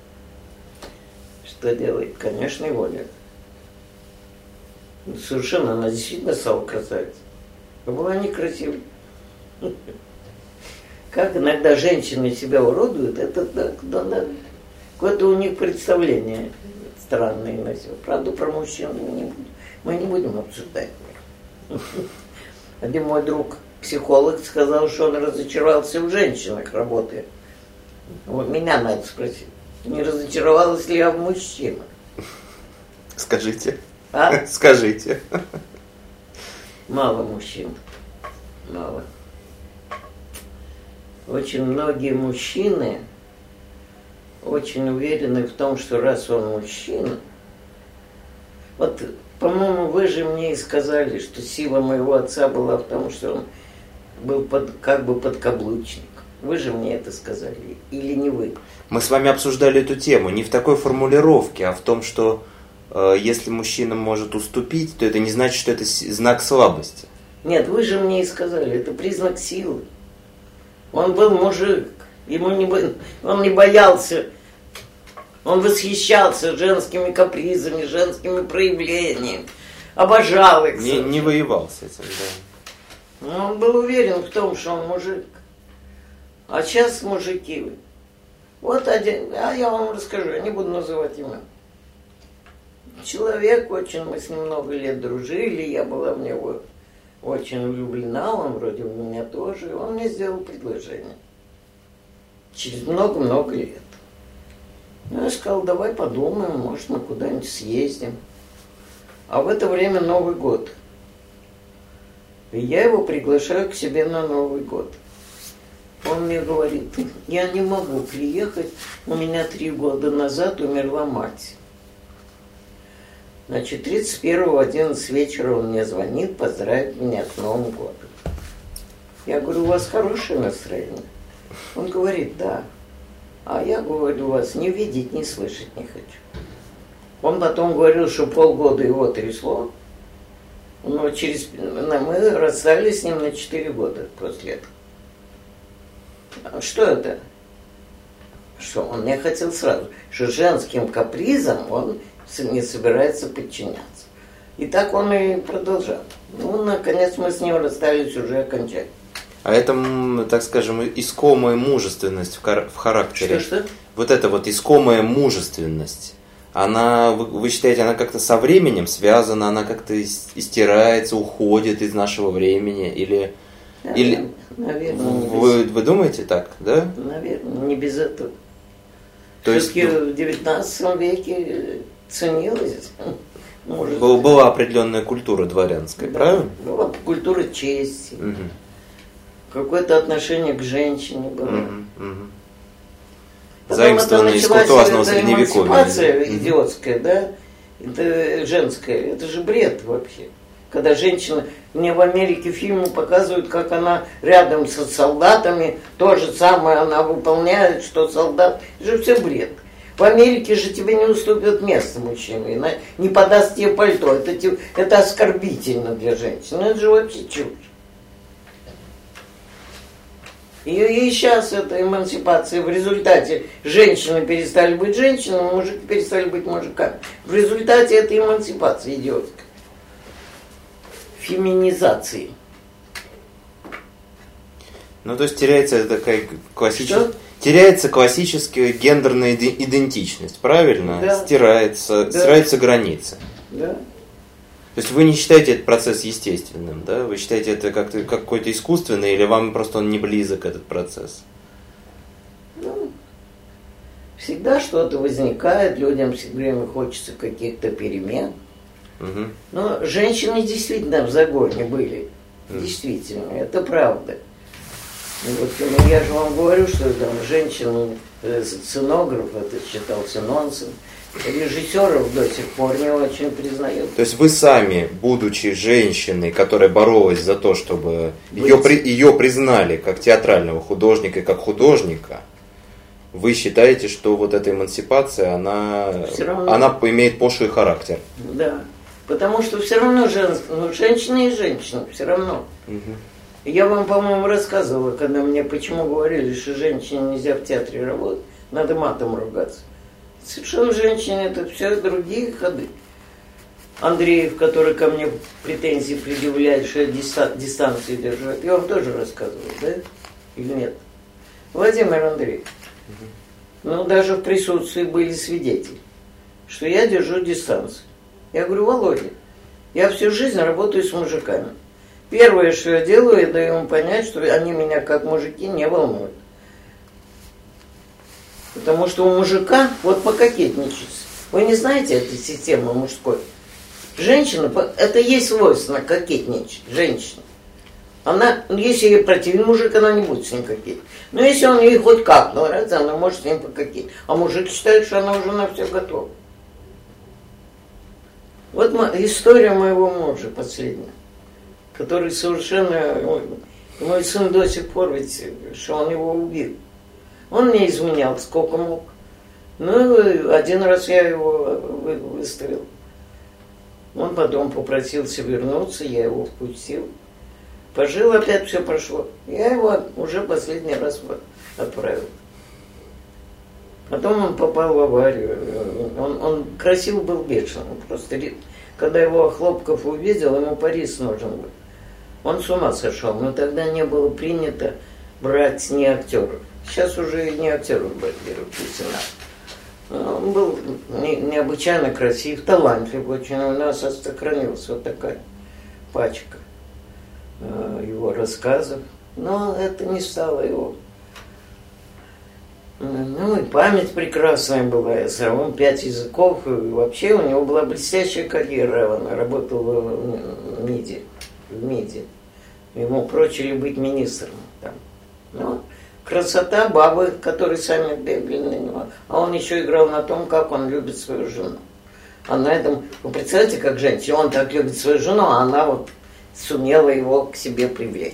Что делает? Конечно, его нет. Совершенно она действительно стала красавицей. Но была некрасивой. Как иногда женщины себя уродуют, это да, да, да, какое-то у них представление странное на все. Правда, про мужчин мы не будем, мы не будем обсуждать. Один мой друг, психолог, сказал, что он разочаровался в женщинах, работая. Вот меня надо спросить, не разочаровалась ли я в мужчинах? Скажите. А? Скажите. Мало мужчин. Мало. Очень многие мужчины очень уверены в том, что раз он мужчина, вот, по-моему, вы же мне и сказали, что сила моего отца была в том, что он был под, как бы подкаблучник. Вы же мне это сказали, или не вы? Мы с вами обсуждали эту тему не в такой формулировке, а в том, что э, если мужчина может уступить, то это не значит, что это знак слабости. Нет, вы же мне и сказали, это признак силы. Он был мужик, ему не, он не боялся, он восхищался женскими капризами, женскими проявлениями, обожал их. Не, не воевал с этим, да. Но он был уверен в том, что он мужик. А сейчас мужики. Вот один, а я вам расскажу, я не буду называть имя. Человек очень, мы с ним много лет дружили, я была в него очень влюблена, он вроде в меня тоже, и он мне сделал предложение. Через много-много лет. Ну, я сказал, давай подумаем, может, мы куда-нибудь съездим. А в это время Новый год. И я его приглашаю к себе на Новый год. Он мне говорит, я не могу приехать, у меня три года назад умерла мать. Значит, тридцать первого в одиннадцать вечера он мне звонит, поздравит меня с Новым годом. Я говорю, у вас хорошее настроение? Он говорит, да. А я говорю, вас не видеть, не слышать не хочу. Он потом говорил, что полгода его трясло, но через... мы расстались с ним на четыре года после этого. Что это? Что он мне хотел сразу, что женским капризом он не собирается подчиняться. И так он и продолжал. Ну, наконец мы с ним расстались уже окончательно. А это, так скажем, искомая мужественность в, в характере. Что-что? Вот эта вот искомая мужественность, она, вы, вы считаете, она как-то со временем связана, она как-то истирается, уходит из нашего времени? Или, да, или наверное, вы, вы думаете так, да? Наверное, не без этого. То Все-таки есть, в девятнадцатом веке ценилось. Может, была определенная культура дворянская, да, правильно? была культура чести. Угу. Какое-то отношение к женщине было. Угу, угу. Потом Заимствованное из куртуазного средневековья. Эмансипация идиотская, да, это женская, это же бред вообще. Когда женщина, мне в Америке фильмы показывают, как она рядом со солдатами, то же самое она выполняет, что солдат, это же все бред. В Америке же тебе не уступят место мужчине, не подаст тебе пальто, это, это оскорбительно для женщины, это же вообще чушь. И, и сейчас эта эмансипация, в результате женщины перестали быть женщинами, мужики перестали быть мужиками. В результате этой эмансипации идиотской. Феминизации. Ну, то есть теряется такая классическая... Что? Теряется классическая гендерная идентичность, правильно? Да. Стирается, Да. стираются границы. Да. То есть вы не считаете этот процесс естественным, да? Вы считаете это как-то, какой-то искусственный, или вам просто он не близок, этот процесс? Ну, всегда что-то возникает, людям все время хочется каких-то перемен. Угу. Но женщины действительно в загоне были. Mm. Действительно, это правда. И вот ну, я же вам говорю, что там женщин, э, сценограф, это считался нонсенс. Режиссеров до сих пор не очень признают. То есть вы сами, будучи женщиной, которая боролась за то, чтобы ее, при, ее признали как театрального художника и как художника, вы считаете, что вот эта эмансипация, она, она имеет пошлый характер? Да, потому что все равно жен, ну, женщина и женщина, все равно. Угу. Я вам, по-моему, рассказывала, когда мне почему говорили, что женщине нельзя в театре работать, надо матом ругаться. Совершенно женщине это все другие ходы. Андреев, который ко мне претензии предъявляет, что я диста- дистанцию держу, я вам тоже рассказывал, да? Или нет? Владимир Андреев. Угу. Ну, даже в присутствии были свидетели, что я держу дистанцию. Я говорю, Володя, я всю жизнь работаю с мужиками. Первое, что я делаю, я даю им понять, что они меня как мужики не волнуют. Потому что у мужика, вот пококетничать, вы не знаете этой системы мужской? Женщина, это есть свойственно кокетничать, женщина. Она, если ей противен мужик, она не будет с ним кокетить. Но если он ей хоть как нравится, она может с ним пококетить. А мужик считает, что она уже на все готова. Вот история моего мужа последняя, который совершенно Мой сын до сих пор ведь, что он его убил. Он мне изменял сколько мог. Ну, один раз я его выставил. Он потом попросился вернуться, я его впустил. Пожил, опять все прошло. Я его уже последний раз отправил. Потом он попал в аварию. Он, он красив был бешеный. Просто когда его Хлопков увидел, ему Парис нужен был. Он с ума сошел. Но тогда не было принято брать не актеров. Сейчас уже и не актеров берут лейтенант. Он был не, необычайно красив, талантлив очень. У нас сохранилась вот такая пачка его рассказов. Но это не стало его. Ну и память прекрасная была. Он пять языков. И вообще у него была блестящая карьера. Он работал в МИДе. В МИДе. Ему прочили быть министром там. Ну, красота, бабы, которые сами бегали на него. А он еще играл на том, как он любит свою жену. А на этом, вы представляете, как женщина, он так любит свою жену, а она вот сумела его к себе привлечь.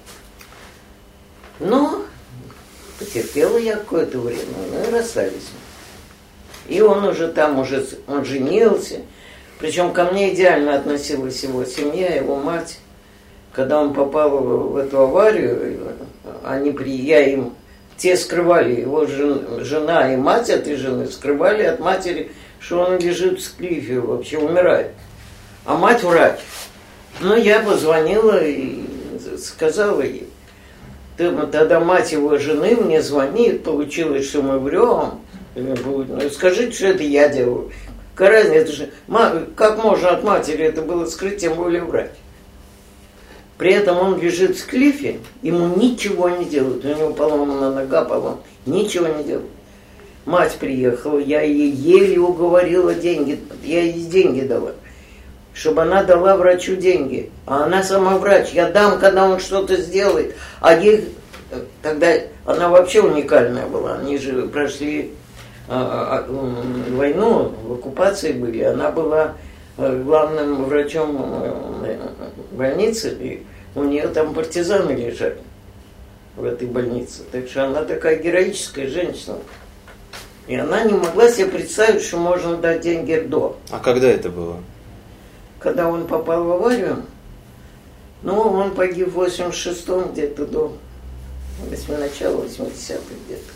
Но потерпела я какое-то время, ну и расстались. И он уже там, уже он женился. Причем ко мне идеально относилась его семья, его мать. Когда он попал в эту аварию, они при, я им, те скрывали, его жен, жена и мать этой жены скрывали от матери, что он лежит в склифе, вообще умирает. А мать врач. Ну, я позвонила и сказала ей. Тогда мать его жены мне звонит, получилось, что мы врем. Ну, скажите, что это я делаю. Какая разница, это же, как можно от матери это было скрыть, тем более врач. При этом он лежит в клифе, ему ничего не делают. У него поломана нога, поломана, ничего не делают. Мать приехала, я ей еле уговорила деньги, я ей деньги дала, чтобы она дала врачу деньги. А она сама врач, я дам, когда он что-то сделает. А ей, тогда она вообще уникальная была, они же прошли а, а, войну, в оккупации были, она была главным врачом больницы, и у нее там партизаны лежали в этой больнице. Так что она такая героическая женщина. И она не могла себе представить, что можно дать деньги до. А когда это было? Когда он попал в аварию, ну, он погиб в восемьдесят шестом где-то до начала восьмидесятых где-то.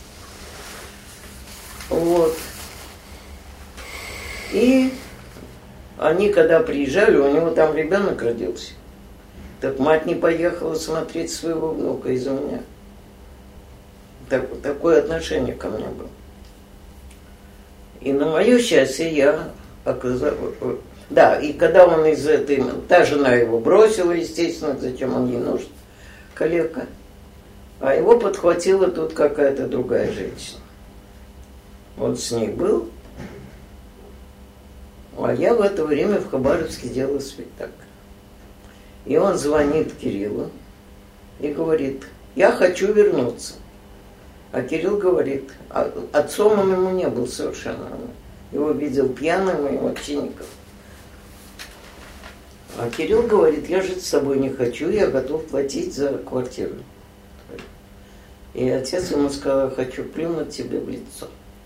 Вот. И они, когда приезжали, у него там ребенок родился. Так мать не поехала смотреть своего внука из-за меня. Так, такое отношение ко мне было. И на мое счастье я оказалась... Да, и когда он из этой... Та жена его бросила, естественно, зачем он ей нужен, калека. А его подхватила тут какая-то другая женщина. Он с ней был. А я в это время в Хабаровске делала спектакль. И он звонит Кириллу и говорит, я хочу вернуться. А Кирилл говорит, а отцом он ему не был совершенно. Его видел пьяным и вообще никак. А Кирилл говорит, я жить с тобой не хочу, я готов платить за квартиру. И отец ему сказал, хочу плюнуть тебе в лицо.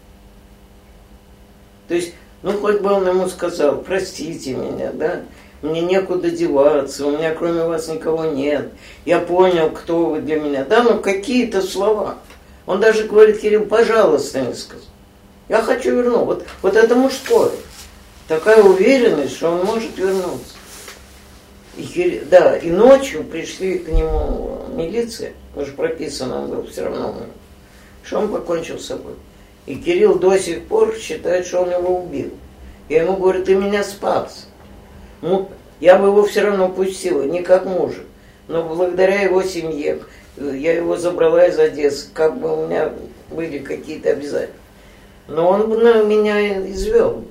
То есть, ну, хоть бы он ему сказал, простите меня, да, мне некуда деваться, у меня кроме вас никого нет, я понял, кто вы для меня, да, ну, какие-то слова. Он даже говорит, Кирилл, пожалуйста, не сказал. Я хочу вернуться. Вот, вот это мужское. Такая уверенность, что он может вернуться. И, Кирилл, да, и ночью пришли к нему милиция, уже прописано он был все равно, что он покончил с собой. И Кирилл до сих пор считает, что он его убил. Я ему говорю, ты меня спас. Ну, я бы его все равно пустила, не как мужа. Но благодаря его семье, я его забрала из Одессы, как бы у меня были какие-то обязательства. Но он бы на меня извел.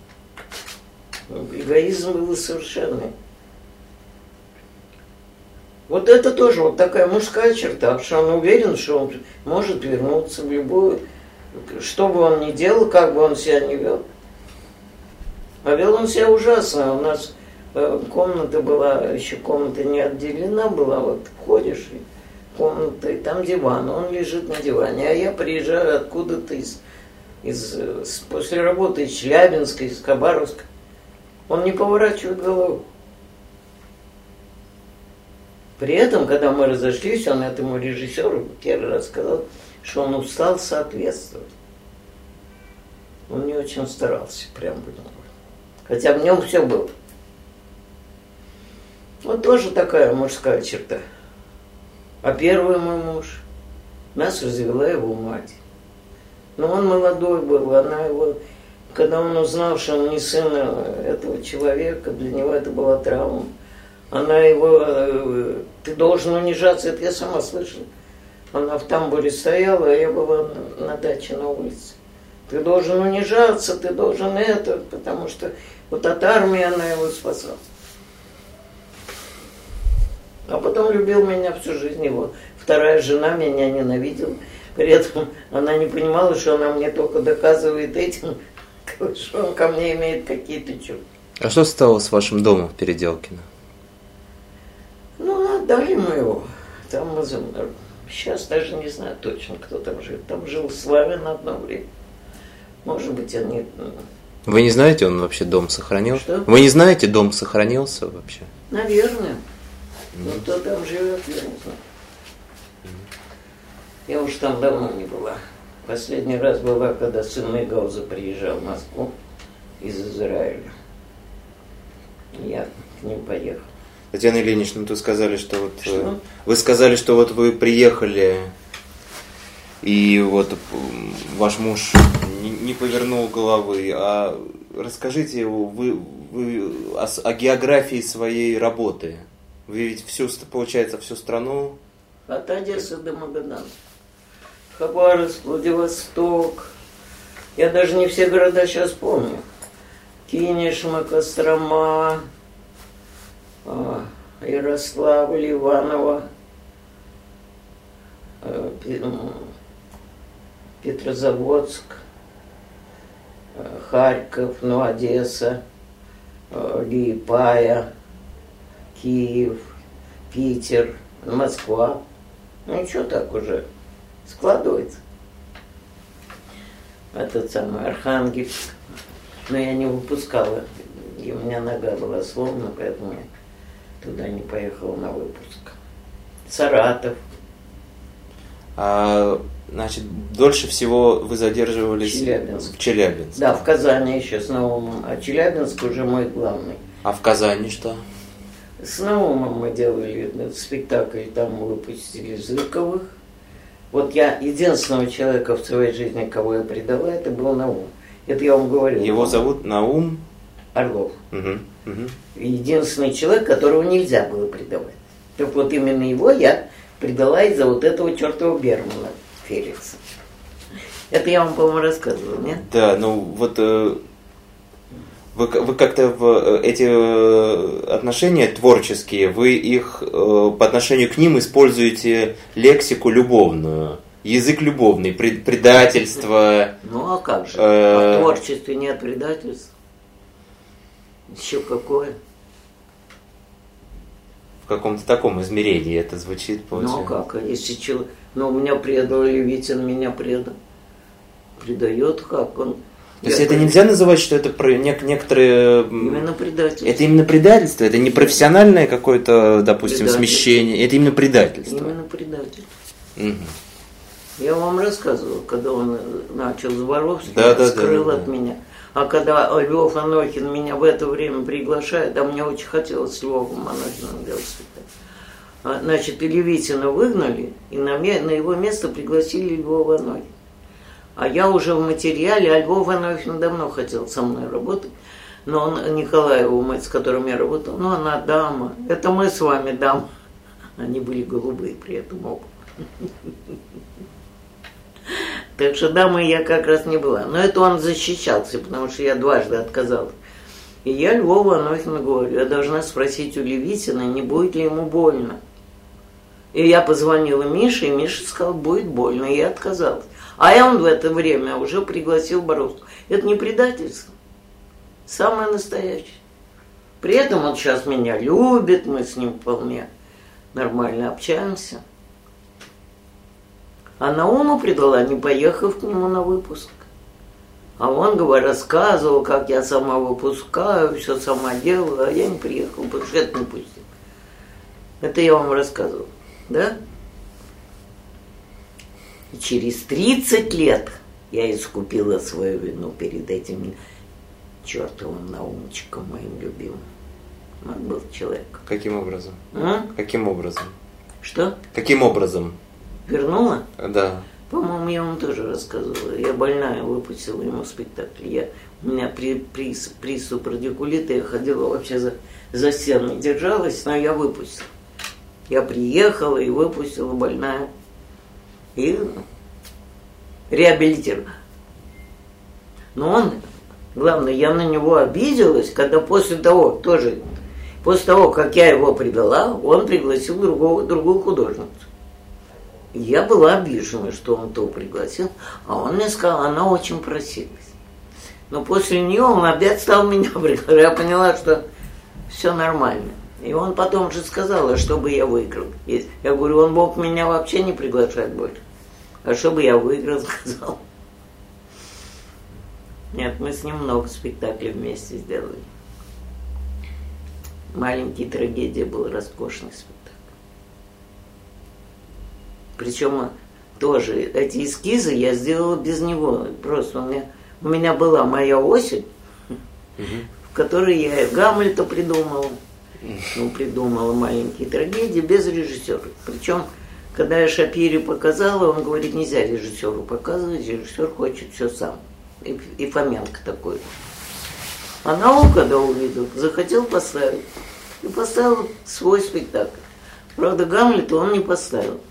Эгоизм был совершенный. Вот это тоже вот такая мужская черта, что он уверен, что он может вернуться в любую... Что бы он ни делал, как бы он себя ни вел. А вел он себя ужасно. У нас комната была, еще комната не отделена была, вот входишь, и комната, и там диван, он лежит на диване, а я приезжаю откуда-то из, из, после работы из Челябинска, из Хабаровска. Он не поворачивает голову. При этом, когда мы разошлись, он этому режиссеру первый раз сказал, что он устал соответствовать. Он не очень старался, прям будем говорить. Хотя в нем все было. Вот тоже такая мужская черта. А первый мой муж, нас развела его мать. Но он молодой был, она его, когда он узнал, что он не сын этого человека, для него это была травма. Она его, ты должен унижаться, это я сама слышала. Она в тамбуре стояла, а я была на, на даче на улице. Ты должен унижаться, ты должен это, потому что вот от армии она его спасала. А потом любил меня всю жизнь его. Вторая жена меня ненавидела. При этом она не понимала, что она мне только доказывает этим, что он ко мне имеет какие-то чувства. А что стало с вашим домом в Переделкино? Ну, отдали мы его. Там мы... Сейчас даже не знаю точно, кто там живет. Там жил Славин одно время. Может быть, они... Вы не знаете, он вообще дом сохранил? Что? Вы не знаете, дом сохранился вообще? Наверное. Ну, кто там живет, я не знаю. Я уж там давно не была. Последний раз была, когда сын Мейгауза приезжал в Москву из Израиля. Я к ним поехал. Татьяна Ильинична, вы сказали, что вот... Что? Вы сказали, что вот вы приехали, и вот ваш муж не, не повернул головы. А расскажите вы, вы о, о географии своей работы. Вы ведь всю, получается, всю страну... От Одессы до Магадана. Хабаровск, Владивосток. Я даже не все города сейчас помню. Кинешма, Кострома, Ярославль, Иваново, Петрозаводск, Харьков, ну, Одесса, Лиепая, Киев, Питер, Москва. Ну, что так уже складывается. Этот самый Архангельск. Но я не выпускала. И у меня нога была сломана, поэтому я туда не поехала на выпуск. Саратов. А, значит, дольше всего вы задерживались Челябинск. в Челябинске? Да, в Казани еще с Наумом. А Челябинск уже мой главный. А в Казани что? С Наумом мы делали спектакль, там мы выпустили Зырковых. Вот я единственного человека в своей жизни, кого я предала, это был Наум. Это я вам говорил. Его зовут Наум Орлов. Угу, угу. Единственный человек, которого нельзя было предавать. Так вот именно его я предала из-за вот этого чертова Бермана Феликса. Это я вам, по-моему, рассказывала, нет? Да, ну вот э, вы, вы как-то в эти отношения творческие, вы их э, по отношению к ним используете лексику любовную. Язык любовный, пред, предательство. Ну а как же? А в творчестве нет предательства? Еще какое? В каком-то таком измерении это звучит, получается. Ну а как? Если человек... Ну, меня предал Левитин, меня предал. Предает как? Он... То есть это нельзя называть, что это про нек- некоторые... Именно предательство. Это именно предательство? Это не профессиональное какое-то, допустим, смещение? Это именно предательство? Именно предательство. Угу. Я вам рассказывал, когда он начал с Воровским, да, да, скрыл да, да, от да. меня. А когда Львов Анохин меня в это время приглашает, а мне очень хотелось с Львовым Анохиным делать спектакль. Значит, и Левитина выгнали, и на, на его место пригласили Львова Анохина. А я уже в материале, а Львов Анохин давно хотел со мной работать, но он, Николаева, мать, с которым я работал, ну она дама, это мы с вами дама. Они были голубые при этом оба. Так что дамой я как раз не была. Но это он защищался, потому что я дважды отказалась. И я Львову Анохину говорю, я должна спросить у Левитина, не будет ли ему больно. И я позвонила Мише, и Миша сказал, будет больно, и я отказалась. А я он в это время уже пригласил Боровского. Это не предательство. Самое настоящее. При этом он сейчас меня любит, мы с ним вполне нормально общаемся. А Науму предала, не поехав к нему на выпуск. А он, говорит, рассказывал, как я сама выпускаю, все сама делаю, а я не приехал, потому что это не пустил. Это я вам рассказывал, да? И через тридцать лет я искупила свою вину перед этим чертовым Наумчиком моим любимым. Он был человек. Каким образом? А? Каким образом? Что? Каким образом? Вернула? Да. По-моему, я вам тоже рассказывала. Я больная, выпустила ему спектакль. Я, у меня при, при, приступ радикулита, я ходила вообще за, за стену, держалась, но я выпустила. Я приехала и выпустила больная. И реабилитировала. Но он, главное, я на него обиделась, когда после того, тоже, после того, как я его предала, он пригласил другого, другую художницу. Я была обижена, что он то пригласил, а он мне сказал, она очень просилась. Но после нее он опять стал меня приглашать. Я поняла, что все нормально. И он потом же сказал, чтобы я выиграл. Я говорю, он мог меня вообще не приглашать больше. А чтобы я выиграл, сказал. Нет, мы с ним много спектаклей вместе сделали. «Маленькие трагедии» был роскошный спектакль. Причем тоже эти эскизы я сделала без него. Просто у меня, у меня была моя осень, угу. в которой я Гамлета придумала. Ну, придумала «Маленькие трагедии» без режиссера. Причем, когда я Шапире показала, он говорит, нельзя режиссеру показывать, режиссер хочет все сам. И, и Фоменко такой. А Наум, когда увидел, захотел поставить. И поставил свой спектакль. Правда, Гамлета он не поставил.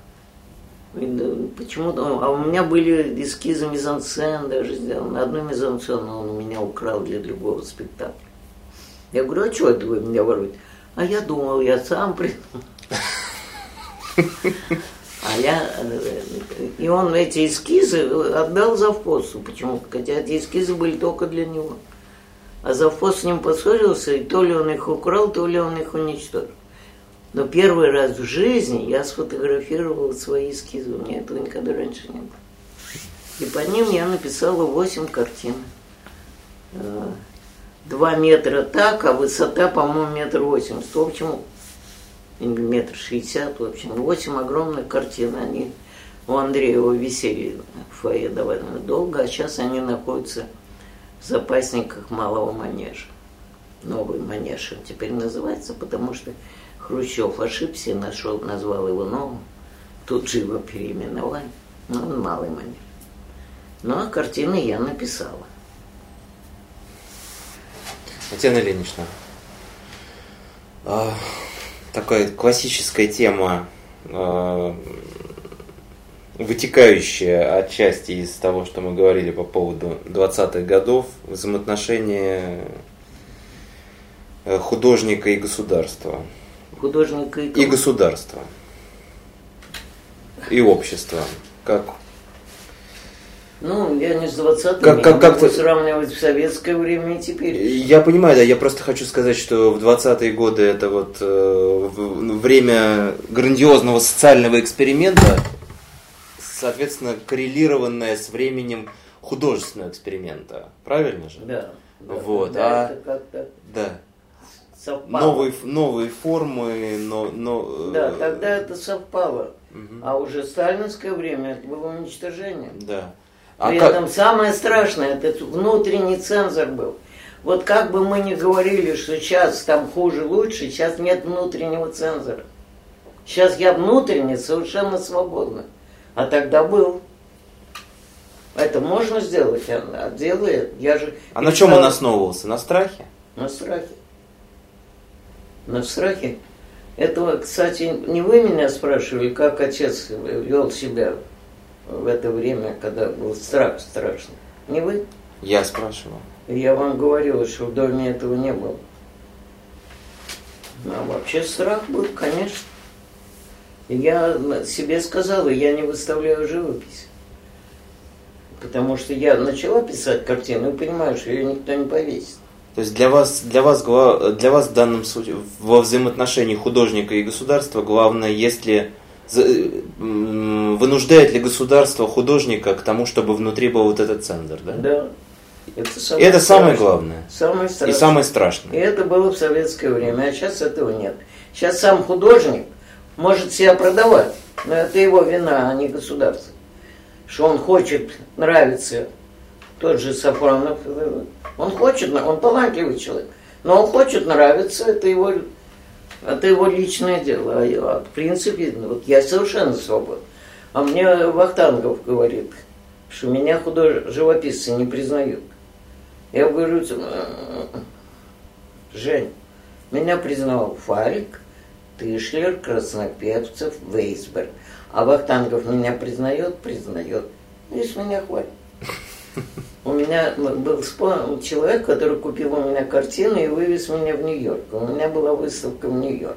Почему-то, а у меня были эскизы мизансцен даже сделаны. Одну мизансцену он у меня украл для другого спектакля. Я говорю, а что это вы меня воруете? А я думал, я сам придумал. А я... И он эти эскизы отдал завхозу. Почему? Хотя эти эскизы были только для него. А завхоз с ним поссорился, и то ли он их украл, то ли он их уничтожил. Но первый раз в жизни я сфотографировала свои эскизы. У меня этого никогда раньше не было. И по ним я написала восемь картин. Два метра так, а высота, по-моему, метр восемьдесят. В общем, метр шестьдесят, в общем, восемь огромных картин. Они у Андреева висели в фойе довольно долго, а сейчас они находятся в запасниках Малого манежа. Новый манеж он теперь называется, потому что Хрущев ошибся, нашел, назвал его новым. Тут же его переименовали. Ну, он Малый манеж. Ну, а картины я написала. Татьяна Ильинична, э, такая классическая тема, э, вытекающая отчасти из того, что мы говорили по поводу двадцатых годов, взаимоотношения художника и государства. Художника и, и государства. И общества. Как? Ну, я не с двадцатым, как, как, как могу сравнивать в советское время и теперь. Я понимаю, да, я просто хочу сказать, что в двадцатые годы это вот э, время грандиозного социального эксперимента, соответственно, коррелированное с временем художественного эксперимента. Правильно же? Да. да вот, да, а, это как-то да. совпало. Новые, новые формы, но... но да, тогда это совпало. Угу. А уже сталинское время это было уничтожение. Да. При а этом как... самое страшное, это внутренний цензор был. Вот как бы мы ни говорили, что сейчас там хуже, лучше, сейчас нет внутреннего цензора. Сейчас я внутренне совершенно свободна. А тогда был. Это можно сделать, а делает. Я же а на чем он основывался? На страхе? На страхе. На страхе. Это, кстати, не вы меня спрашивали, как отец вел себя в это время, когда был страх страшный. Не вы? Я спрашивал. Я вам говорила, что в доме этого не было. А вообще страх был, конечно. И я себе сказала, я не выставляю живопись. Потому что я начала писать картину и понимаю, что ее никто не повесит. То есть для вас, для вас, для вас в данном случае, во взаимоотношении художника и государства, главное, если вынуждает ли государство художника к тому, чтобы внутри был вот этот цензор, да? Да. Это самое, это самое главное. Самое страшное. И самое страшное. И это было в советское время, а сейчас этого нет. Сейчас сам художник может себя продавать, но это его вина, а не государство. Что он хочет нравиться, тот же Сафронов, он хочет, он талантливый человек, но он хочет нравиться, это его, это его личное дело. А в принципе, вот я совершенно свободен. А мне Вахтангов говорит, что меня худож... живописцы не признают. Я говорю, Жень, меня признал Фарик, Тышлер, Краснопевцев, Вейсберг. А Вахтангов меня признает, признает. И с меня хватит. У меня был человек, который купил у меня картину и вывез меня в Нью-Йорк. У меня была выставка в Нью-Йорк.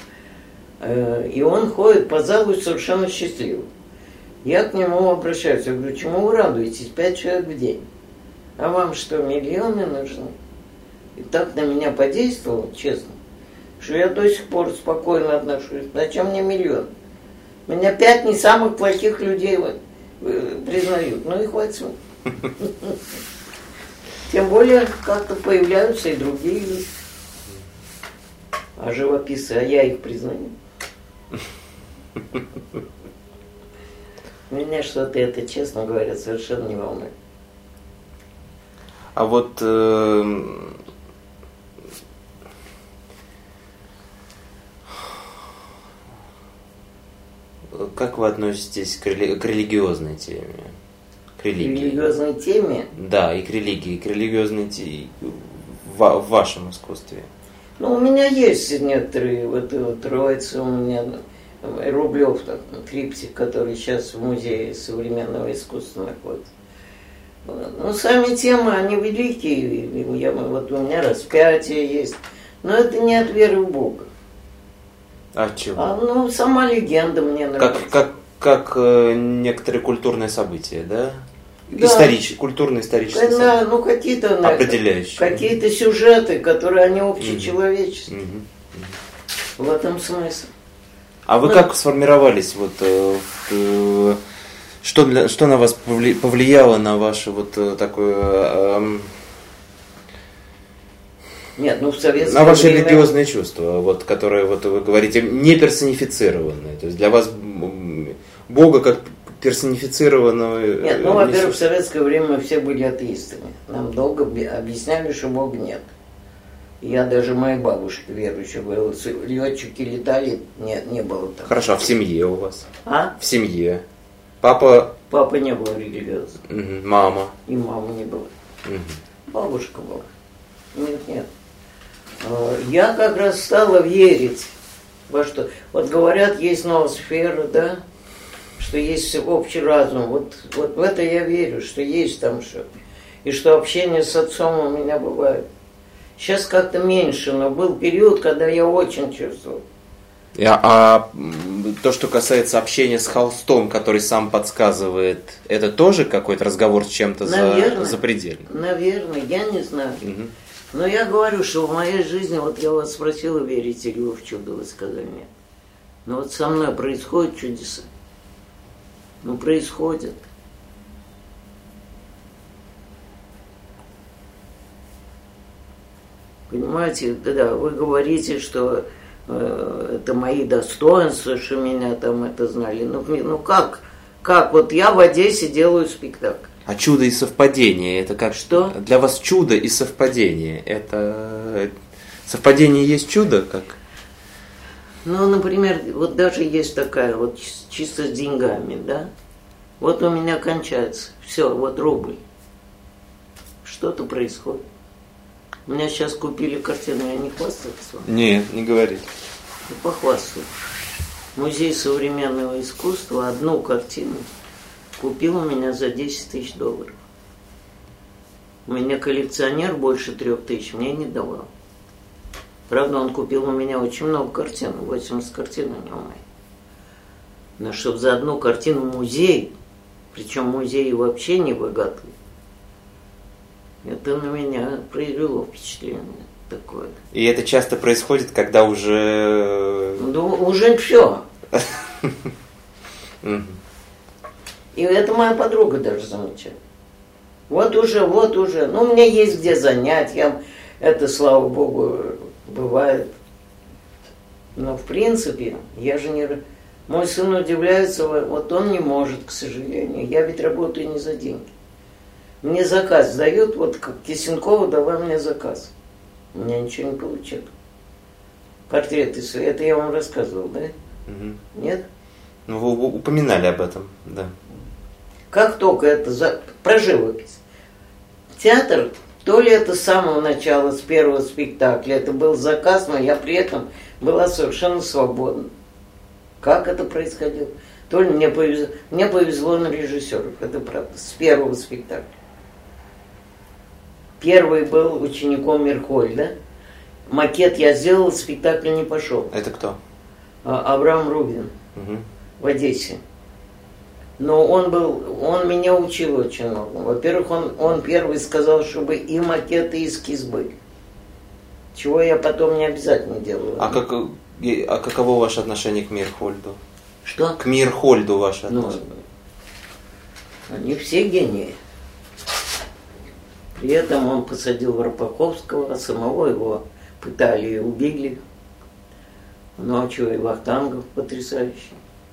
И он ходит по залу совершенно счастливый. Я к нему обращаюсь, я говорю, чему вы радуетесь? Пять человек в день. А вам что, миллионы нужны? И так на меня подействовало, честно, что я до сих пор спокойно отношусь. Зачем мне миллион? Меня пять не самых плохих людей признают. Ну и хватит. Тем более как-то появляются и другие люди. А живописцы, а я их признаю. Меня что-то это, честно говоря, совершенно не волнует. А вот э, как вы относитесь к, рели- к религиозной теме? К религии? К религиозной теме? Да, и к религии, к религиозной теме в, в вашем искусстве. Ну, у меня есть некоторые, вот, вот Троица, у меня Рублев, так, триптих, который сейчас в Музее современного искусства находится. Ну, сами темы, они великие. Я, вот у меня распятие есть. Но это не от веры в Бога. А чего? А, ну, сама легенда мне нравится. Как, как, как э, некоторые культурные события, да? Да. Историч, культурно-исторические да, события. Ну, какие-то, определяющие. Какие-то сюжеты, которые они общечеловеческие. Mm-hmm. В этом смысл. А вы ну, как сформировались вот э, э, Что, для, что на вас повлияло на ваше вот такое... Э, Нет, ну в советское на ваши время... религиозные чувства, вот, которые, вот вы говорите, не персонифицированные. То есть для вас Бога как персонифицированного... Нет, ну, во-первых, в советское время мы все были атеистами. Нам долго объясняли, что Бога нет. Я даже моей бабушке верующей говорила, летчики летали, нет, не было так. Хорошо, а в семье у вас? А? В семье. Папа... Папа не был религиозным. Угу. Мама? И мамы не было. Угу. Бабушка была. Нет, нет. Я как раз стала верить во что. Вот говорят, есть ноосфера, да, что есть общий разум. Вот, вот в это я верю, что есть там что-то. И что общение с отцом у меня бывает. Сейчас как-то меньше, но был период, когда я очень чувствовал. А, а то, что касается общения с холстом, который сам подсказывает, это тоже какой-то разговор с чем-то за, запредельным? Наверное, я не знаю. Угу. Но я говорю, что в моей жизни, вот я вас спросила, верите ли вы в чудо, вы сказали нет. Но вот со мной происходят чудеса. Ну, происходят. Понимаете, когда вы говорите, что э, это мои достоинства, что меня там это знали. Ну, ну как? Как? Вот я в Одессе делаю спектакль. А чудо и совпадение, это как? Что? Для вас чудо и совпадение, это... Совпадение есть чудо, как? Ну, например, вот даже есть такая, вот чисто с деньгами, да? Вот у меня кончается, все, вот рубль. Что-то происходит. У меня сейчас купили картину, я не хвастаюсь с вами? Нет, не говори. Ну, похвастаюсь. Музей современного искусства одну картину купил у меня за десять тысяч долларов. У меня коллекционер больше трех тысяч мне не давал. Правда, он купил у меня очень много картин, восемьдесят картин у него мои. Но чтобы за одну картину музей, причем музей вообще не богатый, это на меня произвело впечатление такое. И это часто происходит, когда уже... Ну, уже все. И это моя подруга даже замечала. Вот уже, вот уже. Ну, у меня есть где занять. Я, это, слава богу, бывает. Но, в принципе, я же не... Мой сын удивляется, вот он не может, к сожалению. Я ведь работаю не за деньги. Мне заказ дают, вот как Кисенкова дала мне заказ. У меня ничего не получилось. Портреты свои, это я вам рассказывал, да? Угу. Нет? Ну, вы упоминали об этом, да. Как только это за... про живопись. Театр, то ли это с самого начала, с первого спектакля, это был заказ, но я при этом была совершенно свободна. Как это происходило? То ли мне повезло, мне повезло на режиссеров, это правда, с первого спектакля. Первый был учеником Мирхольда. Макет я сделал, спектакль не пошел. Это кто? А, Абрам Рубин, угу. В Одессе. Но он был, он меня учил очень много. Во-первых, он, он первый сказал, чтобы и макет, и эскиз были. Чего я потом не обязательно делаю. А, как, а каково ваше отношение к Мирхольду? Что? К Мирхольду ваше отношение? Ну, они все гении. При этом он посадил Варпаховского, а самого его пытали и убили. Ночью и Вахтангов потрясающий.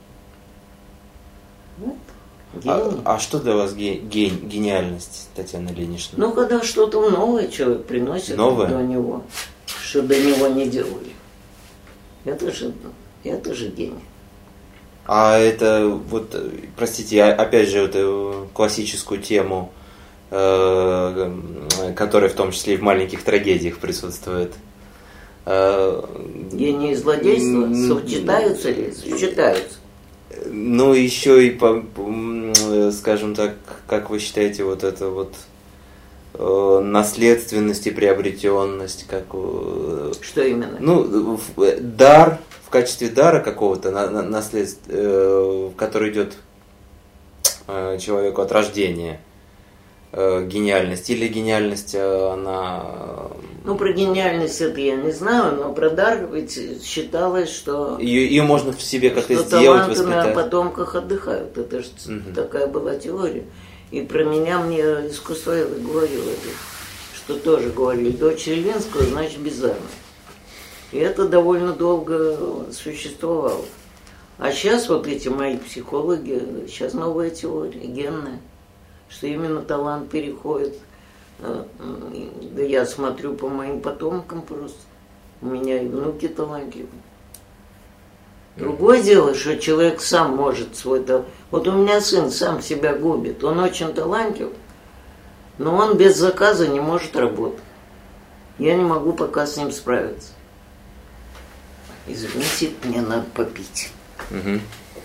Вот. А, а что для вас ге, ге, гениальность, Татьяна Ильинична? Ну, когда что-то новое человек приносит новое? До него, что до него не делали. Это же, это же гений. А это, вот, простите, я опять же эту классическую тему, э, которая в том числе и в маленьких трагедиях присутствует. Э, Гений и злодейство сочетаются ли? Сочетаются. Ну, еще и, по, скажем так, как вы считаете, вот это вот э, наследственность и приобретенность, как... Э, что именно? Ну, дар, в качестве дара какого-то, на, на, наследств, э, который идет э, человеку от рождения, э, гениальность, или гениальность, э, она... Ну, про гениальность это я не знаю, но про дар ведь считалось, что... Ее, ее можно в себе как-то что сделать, воспитать. воспитать. На потомках отдыхают. Это же угу. Такая была теория. И про меня мне искусствовед говорил это, что тоже говорили, дочь Ильинского, значит, бездарная. И это довольно долго существовало. А сейчас вот эти мои психологи, сейчас новая теория, генная, что именно талант переходит. Да я смотрю по моим потомкам просто. У меня и внуки талантливые. Другое дело, что человек сам может свой талант. Вот у меня сын сам себя губит. Он очень талантлив, но он без заказа не может работать. Я не могу пока с ним справиться. Извините, мне надо попить. Угу.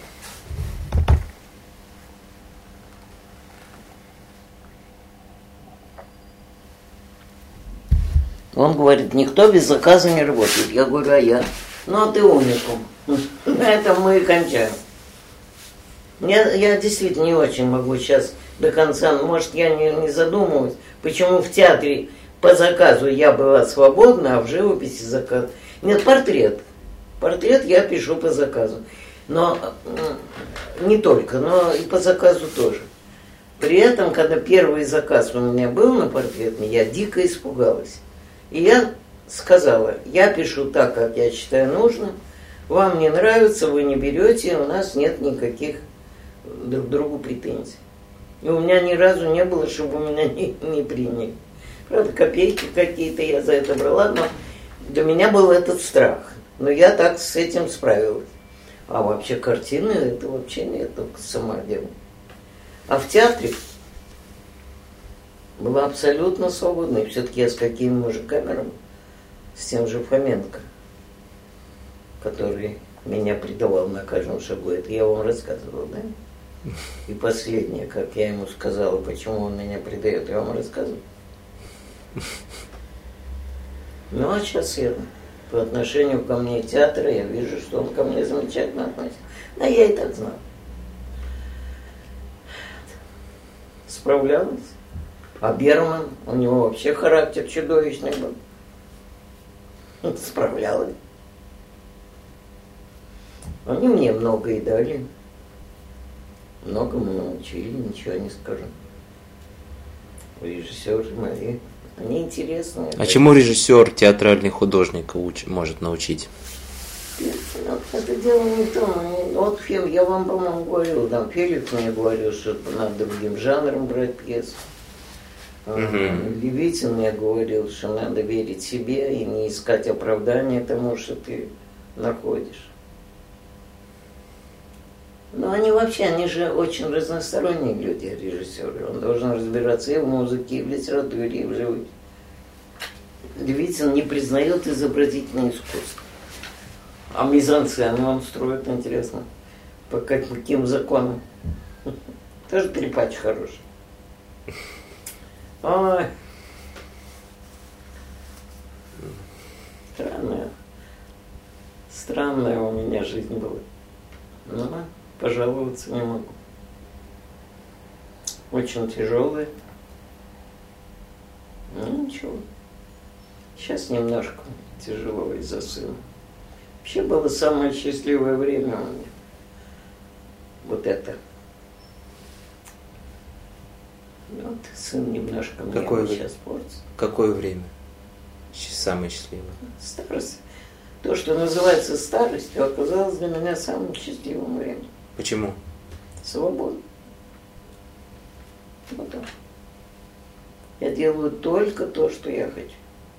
Он говорит, никто без заказа не работает. Я говорю, а я? Ну, а ты умником. На этом мы и кончаем. Я, я действительно не очень могу сейчас до конца, может, я не, не задумываюсь, почему в театре по заказу я была свободна, а в живописи заказ. Нет, портрет. Портрет я пишу по заказу. Но не только, но и по заказу тоже. При этом, когда первый заказ у меня был на портрет, я дико испугалась. И я сказала, я пишу так, как я считаю нужным, вам не нравится, вы не берете, у нас нет никаких друг к другу претензий. И у меня ни разу не было, чтобы меня не, не приняли. Правда, копейки какие-то я за это брала, но для меня был этот страх. Но я так с этим справилась. А вообще картины, это вообще не, это только сама делала. А в театре была абсолютно свободна. И все-таки я с какими мужиками, с тем же Фоменко, который меня предавал на каждом шагу. Это я вам рассказывал, да? И последнее, как я ему сказала, почему он меня предает, я вам рассказывал. Ну, а сейчас я по отношению ко мне театра, я вижу, что он ко мне замечательно относится. Да я и так знал. Справлялась. А Берман, у него вообще характер чудовищный был. Справлялась. Они мне много и дали. Многому научили, ничего не скажу. Режиссеры мои, они интересные. А чему режиссер, театральный художник уч, может научить? Это дело не в том. Вот фильм, я вам, по-моему, говорил, там Феликс мне говорил, что надо другим жанром брать пьесу. Угу. Левитин мне говорил, что надо верить себе и не искать оправдания тому, что ты находишь. Но они вообще, они же очень разносторонние люди, режиссеры. Он должен разбираться и в музыке, и в литературе, и в живописи. Левитин не признает изобразительное искусство. А мизансцену он строит, интересно, по каким законам. Тоже трепач хороший. Ой. Странная. Странная у меня жизнь была. Но пожаловаться не могу. Очень тяжелая. Ну ничего. Сейчас немножко тяжело из-за сына. Вообще было самое счастливое время у меня. Вот это. Вот сын немножко мне Какое сейчас портит. Какое время? Самое счастливое? Старость. То, что называется старостью, оказалось для меня самым счастливым временем. Почему? Свобода. Вот так. Я делаю только то, что я хочу.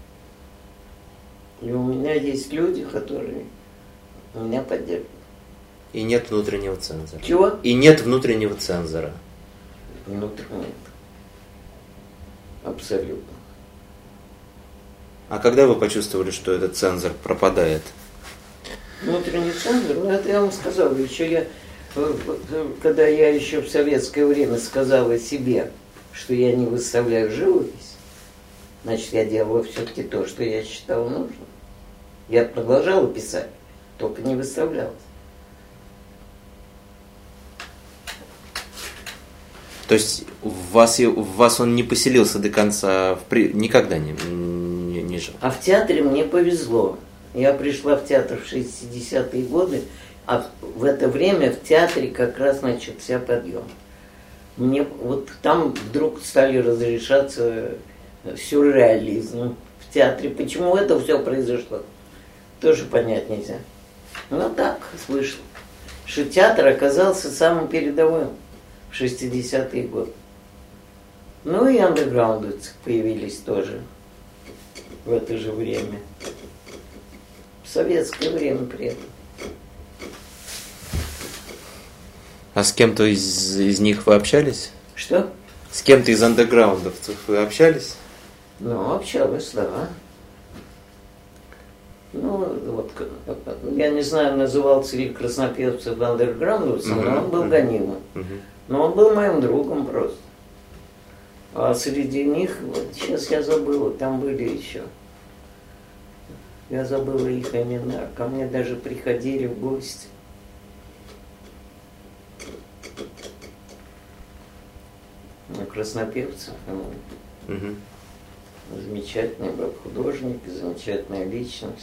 И у меня есть люди, которые меня поддерживают. И нет внутреннего цензора. Чего? И нет внутреннего цензора. Внутреннего нет. Абсолютно. А когда вы почувствовали, что этот цензор пропадает? Внутренний цензор, ну это я вам сказала, еще я, когда я еще в советское время сказала себе, что я не выставляю живопись, значит я делала все-таки то, что я считала нужным. Я продолжала писать, только не выставлялась. То есть в вас, в вас он не поселился до конца, в при... никогда не, не, не жил? А в театре мне повезло. Я пришла в театр в шестидесятые годы, а в это время в театре как раз начался подъем. Мне вот там вдруг стали разрешаться сюрреализм в театре. Почему это все произошло, тоже понять нельзя. Но так вышло, что театр оказался самым передовым в шестидесятые годы. Ну и андеграундовцы появились тоже в это же время. В советское время при этом. А с кем-то из, из них вы общались? Что? С кем-то из андеграундовцев вы общались? Ну, общалась, да. Ну, вот, я не знаю, назывался ли Краснопевцев андерграундовцем, uh-huh. но он был гонимым. Uh-huh. Но он был моим другом просто. А среди них, вот сейчас я забыла, там были еще. Я забыла их имена. Ко мне даже приходили в гости. Ну, Краснопевцев. Ну, uh-huh. Замечательный был художник, замечательная личность.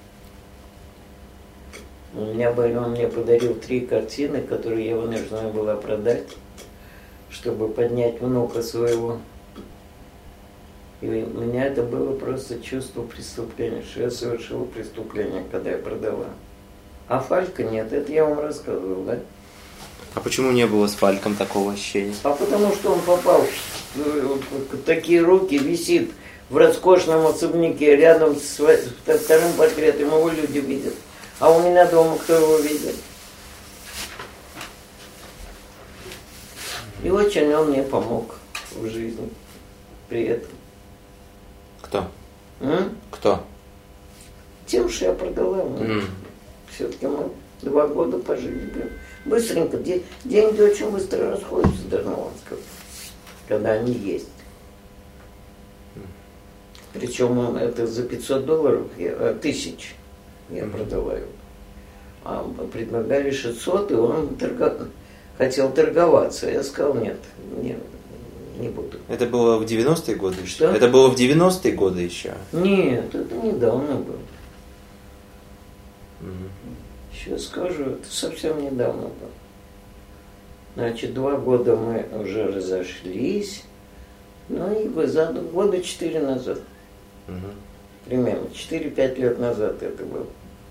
У меня были, он мне подарил три картины, которые я вынуждена была продать, чтобы поднять внука своего. И у меня это было просто чувство преступления, что я совершила преступление, когда я продала. А Фалька нет, это я вам рассказывал, да? А почему не было с Фальком такого ощущения? А потому что он попал в такие руки, висит в роскошном особняке рядом с вторым портретом, его люди видят. А у меня дома кто его видит? И очень он мне помог в жизни при этом. Кто? М? Кто? Тем, что я продала. Mm. Все-таки мы два года пожили. Быстренько. Деньги очень быстро расходятся, даже вам сказать, когда они есть. Причем это за пятьсот долларов, я, тысяч я mm-hmm. продала его. А предлагали шестьсот, и он торгов... хотел торговаться. Я сказал, нет, не, не буду. Это было в девяностые годы? Что? Это было в девяностые годы еще? Нет, это недавно было. Mm-hmm. Сейчас скажу, это совсем недавно было. Значит, два года мы уже разошлись. Ну и за года четыре назад. Угу. Примерно. четыре-пять лет назад это было.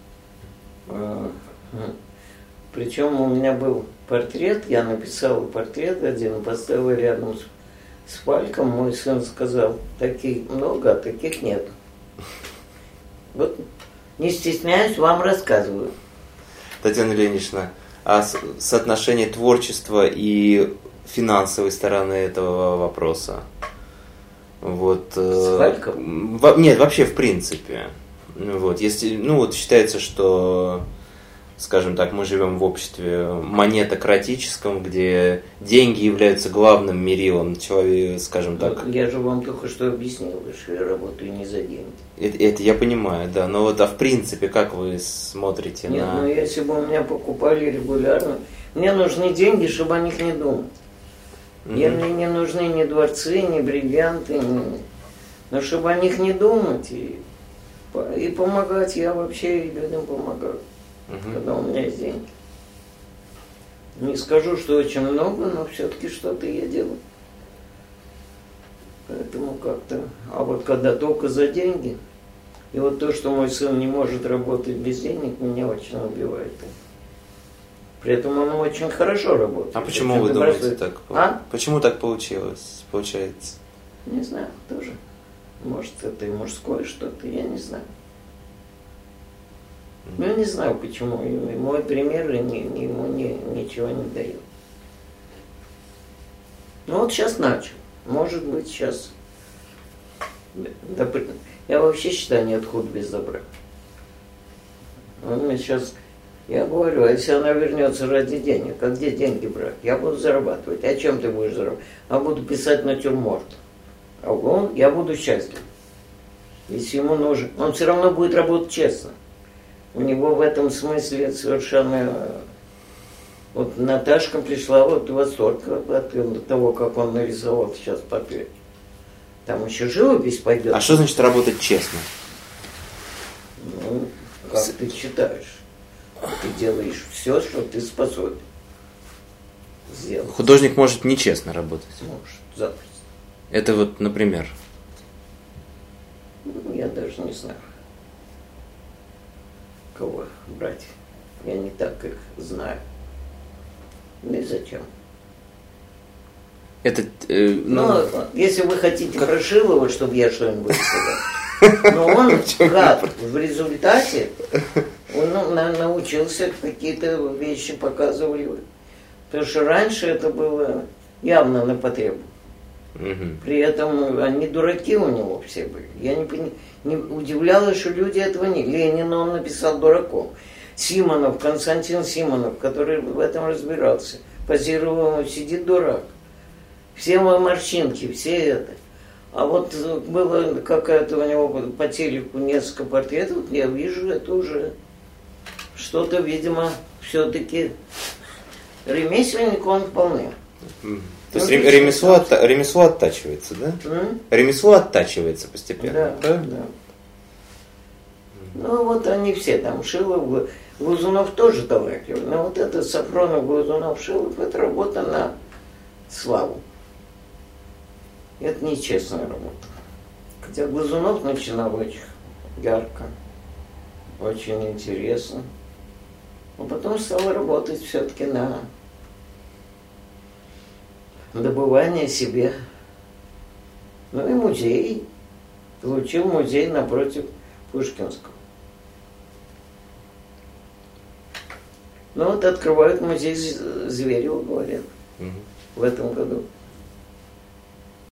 Причем у меня был портрет, я написал портрет один, поставил рядом с, с Фальком. Мой сын сказал, таких много, а таких нет. Вот не стесняюсь, вам рассказываю. Татьяна Ильинична, а соотношение творчества и финансовой стороны этого вопроса? Вот, с Фальком? Э, нет, вообще в принципе. Вот, если, ну вот считается, что, скажем так, мы живем в обществе монетократическом, где деньги являются главным мерилом человека, скажем так. Вот я же вам только что объяснил, что я работаю не за деньги. Это, это я понимаю, да. Но вот, а в принципе, как вы смотрите Нет, на... ну если бы у меня покупали регулярно, мне нужны деньги, чтобы о них не думать. Mm-hmm. Я, мне не нужны ни дворцы, ни бриллианты, ни... но чтобы о них не думать и, и помогать, я вообще людям помогаю, mm-hmm. когда у меня есть деньги. Не скажу, что очень много, но все-таки что-то я делаю. Поэтому как-то... А вот когда только за деньги, и вот то, что мой сын не может работать без денег, меня очень убивает. При этом он очень хорошо работает. А почему вы думаете бросает... так? А? Почему так получилось, получается? Не знаю, тоже. Может, это и мужское что-то, я не знаю. Mm-hmm. Ну, не знаю, почему. И мой пример ни, ни, ему ни, ничего не дает. Ну, вот сейчас начал. Может быть, сейчас... Я вообще считаю, нет худа без добра. Он мне сейчас... Я говорю, а если она вернется ради денег, а где деньги брать? Я буду зарабатывать. А чем ты будешь зарабатывать? А буду писать натюрморт. А он, я буду счастлив. Если ему нужен... Он все равно будет работать честно. У него в этом смысле совершенно... Вот Наташка пришла вот в восторг от того, как он нарисовал сейчас портрет. Там еще живопись пойдет. А что значит работать честно? Ну, как С... ты читаешь. Ты делаешь все, что ты способен сделать. Художник может нечестно работать. Может, запросто. Это вот, например? Ну, я даже не знаю, кого брать. Я не так их знаю. Ну и зачем? Это, э, ну... ну, если вы хотите как... про Шилова, чтобы я что-нибудь сказал. Но он, гад, в результате он ну, научился какие-то вещи показывали. Потому что раньше это было явно на потребу. Угу. При этом они дураки у него все были. Я не, не удивлялась, что люди этого не... Ленина он написал дураком. Симонов, Константин Симонов, который в этом разбирался, позировал, сидит дурак. Все мои морщинки, все это. А вот было какая-то у него по телеку несколько портретов, я вижу, это уже что-то, видимо, все-таки ремесленник он вполне. То есть ну, ремесло, от, ремесло оттачивается, да? М? Ремесло оттачивается постепенно, да? Да, да. Ну вот они все там, Шилов, Глазунов тоже талантливый. Но вот это Сафронов, Глазунов, Шилов, это работа на славу. Это нечестная работа. Хотя Глазунов начинал очень ярко, очень интересно. Но потом стал работать все-таки на добывание себе. Ну и музей. Получил музей напротив Пушкинского. Ну вот открывают музей Зверева, говорят, угу. в этом году.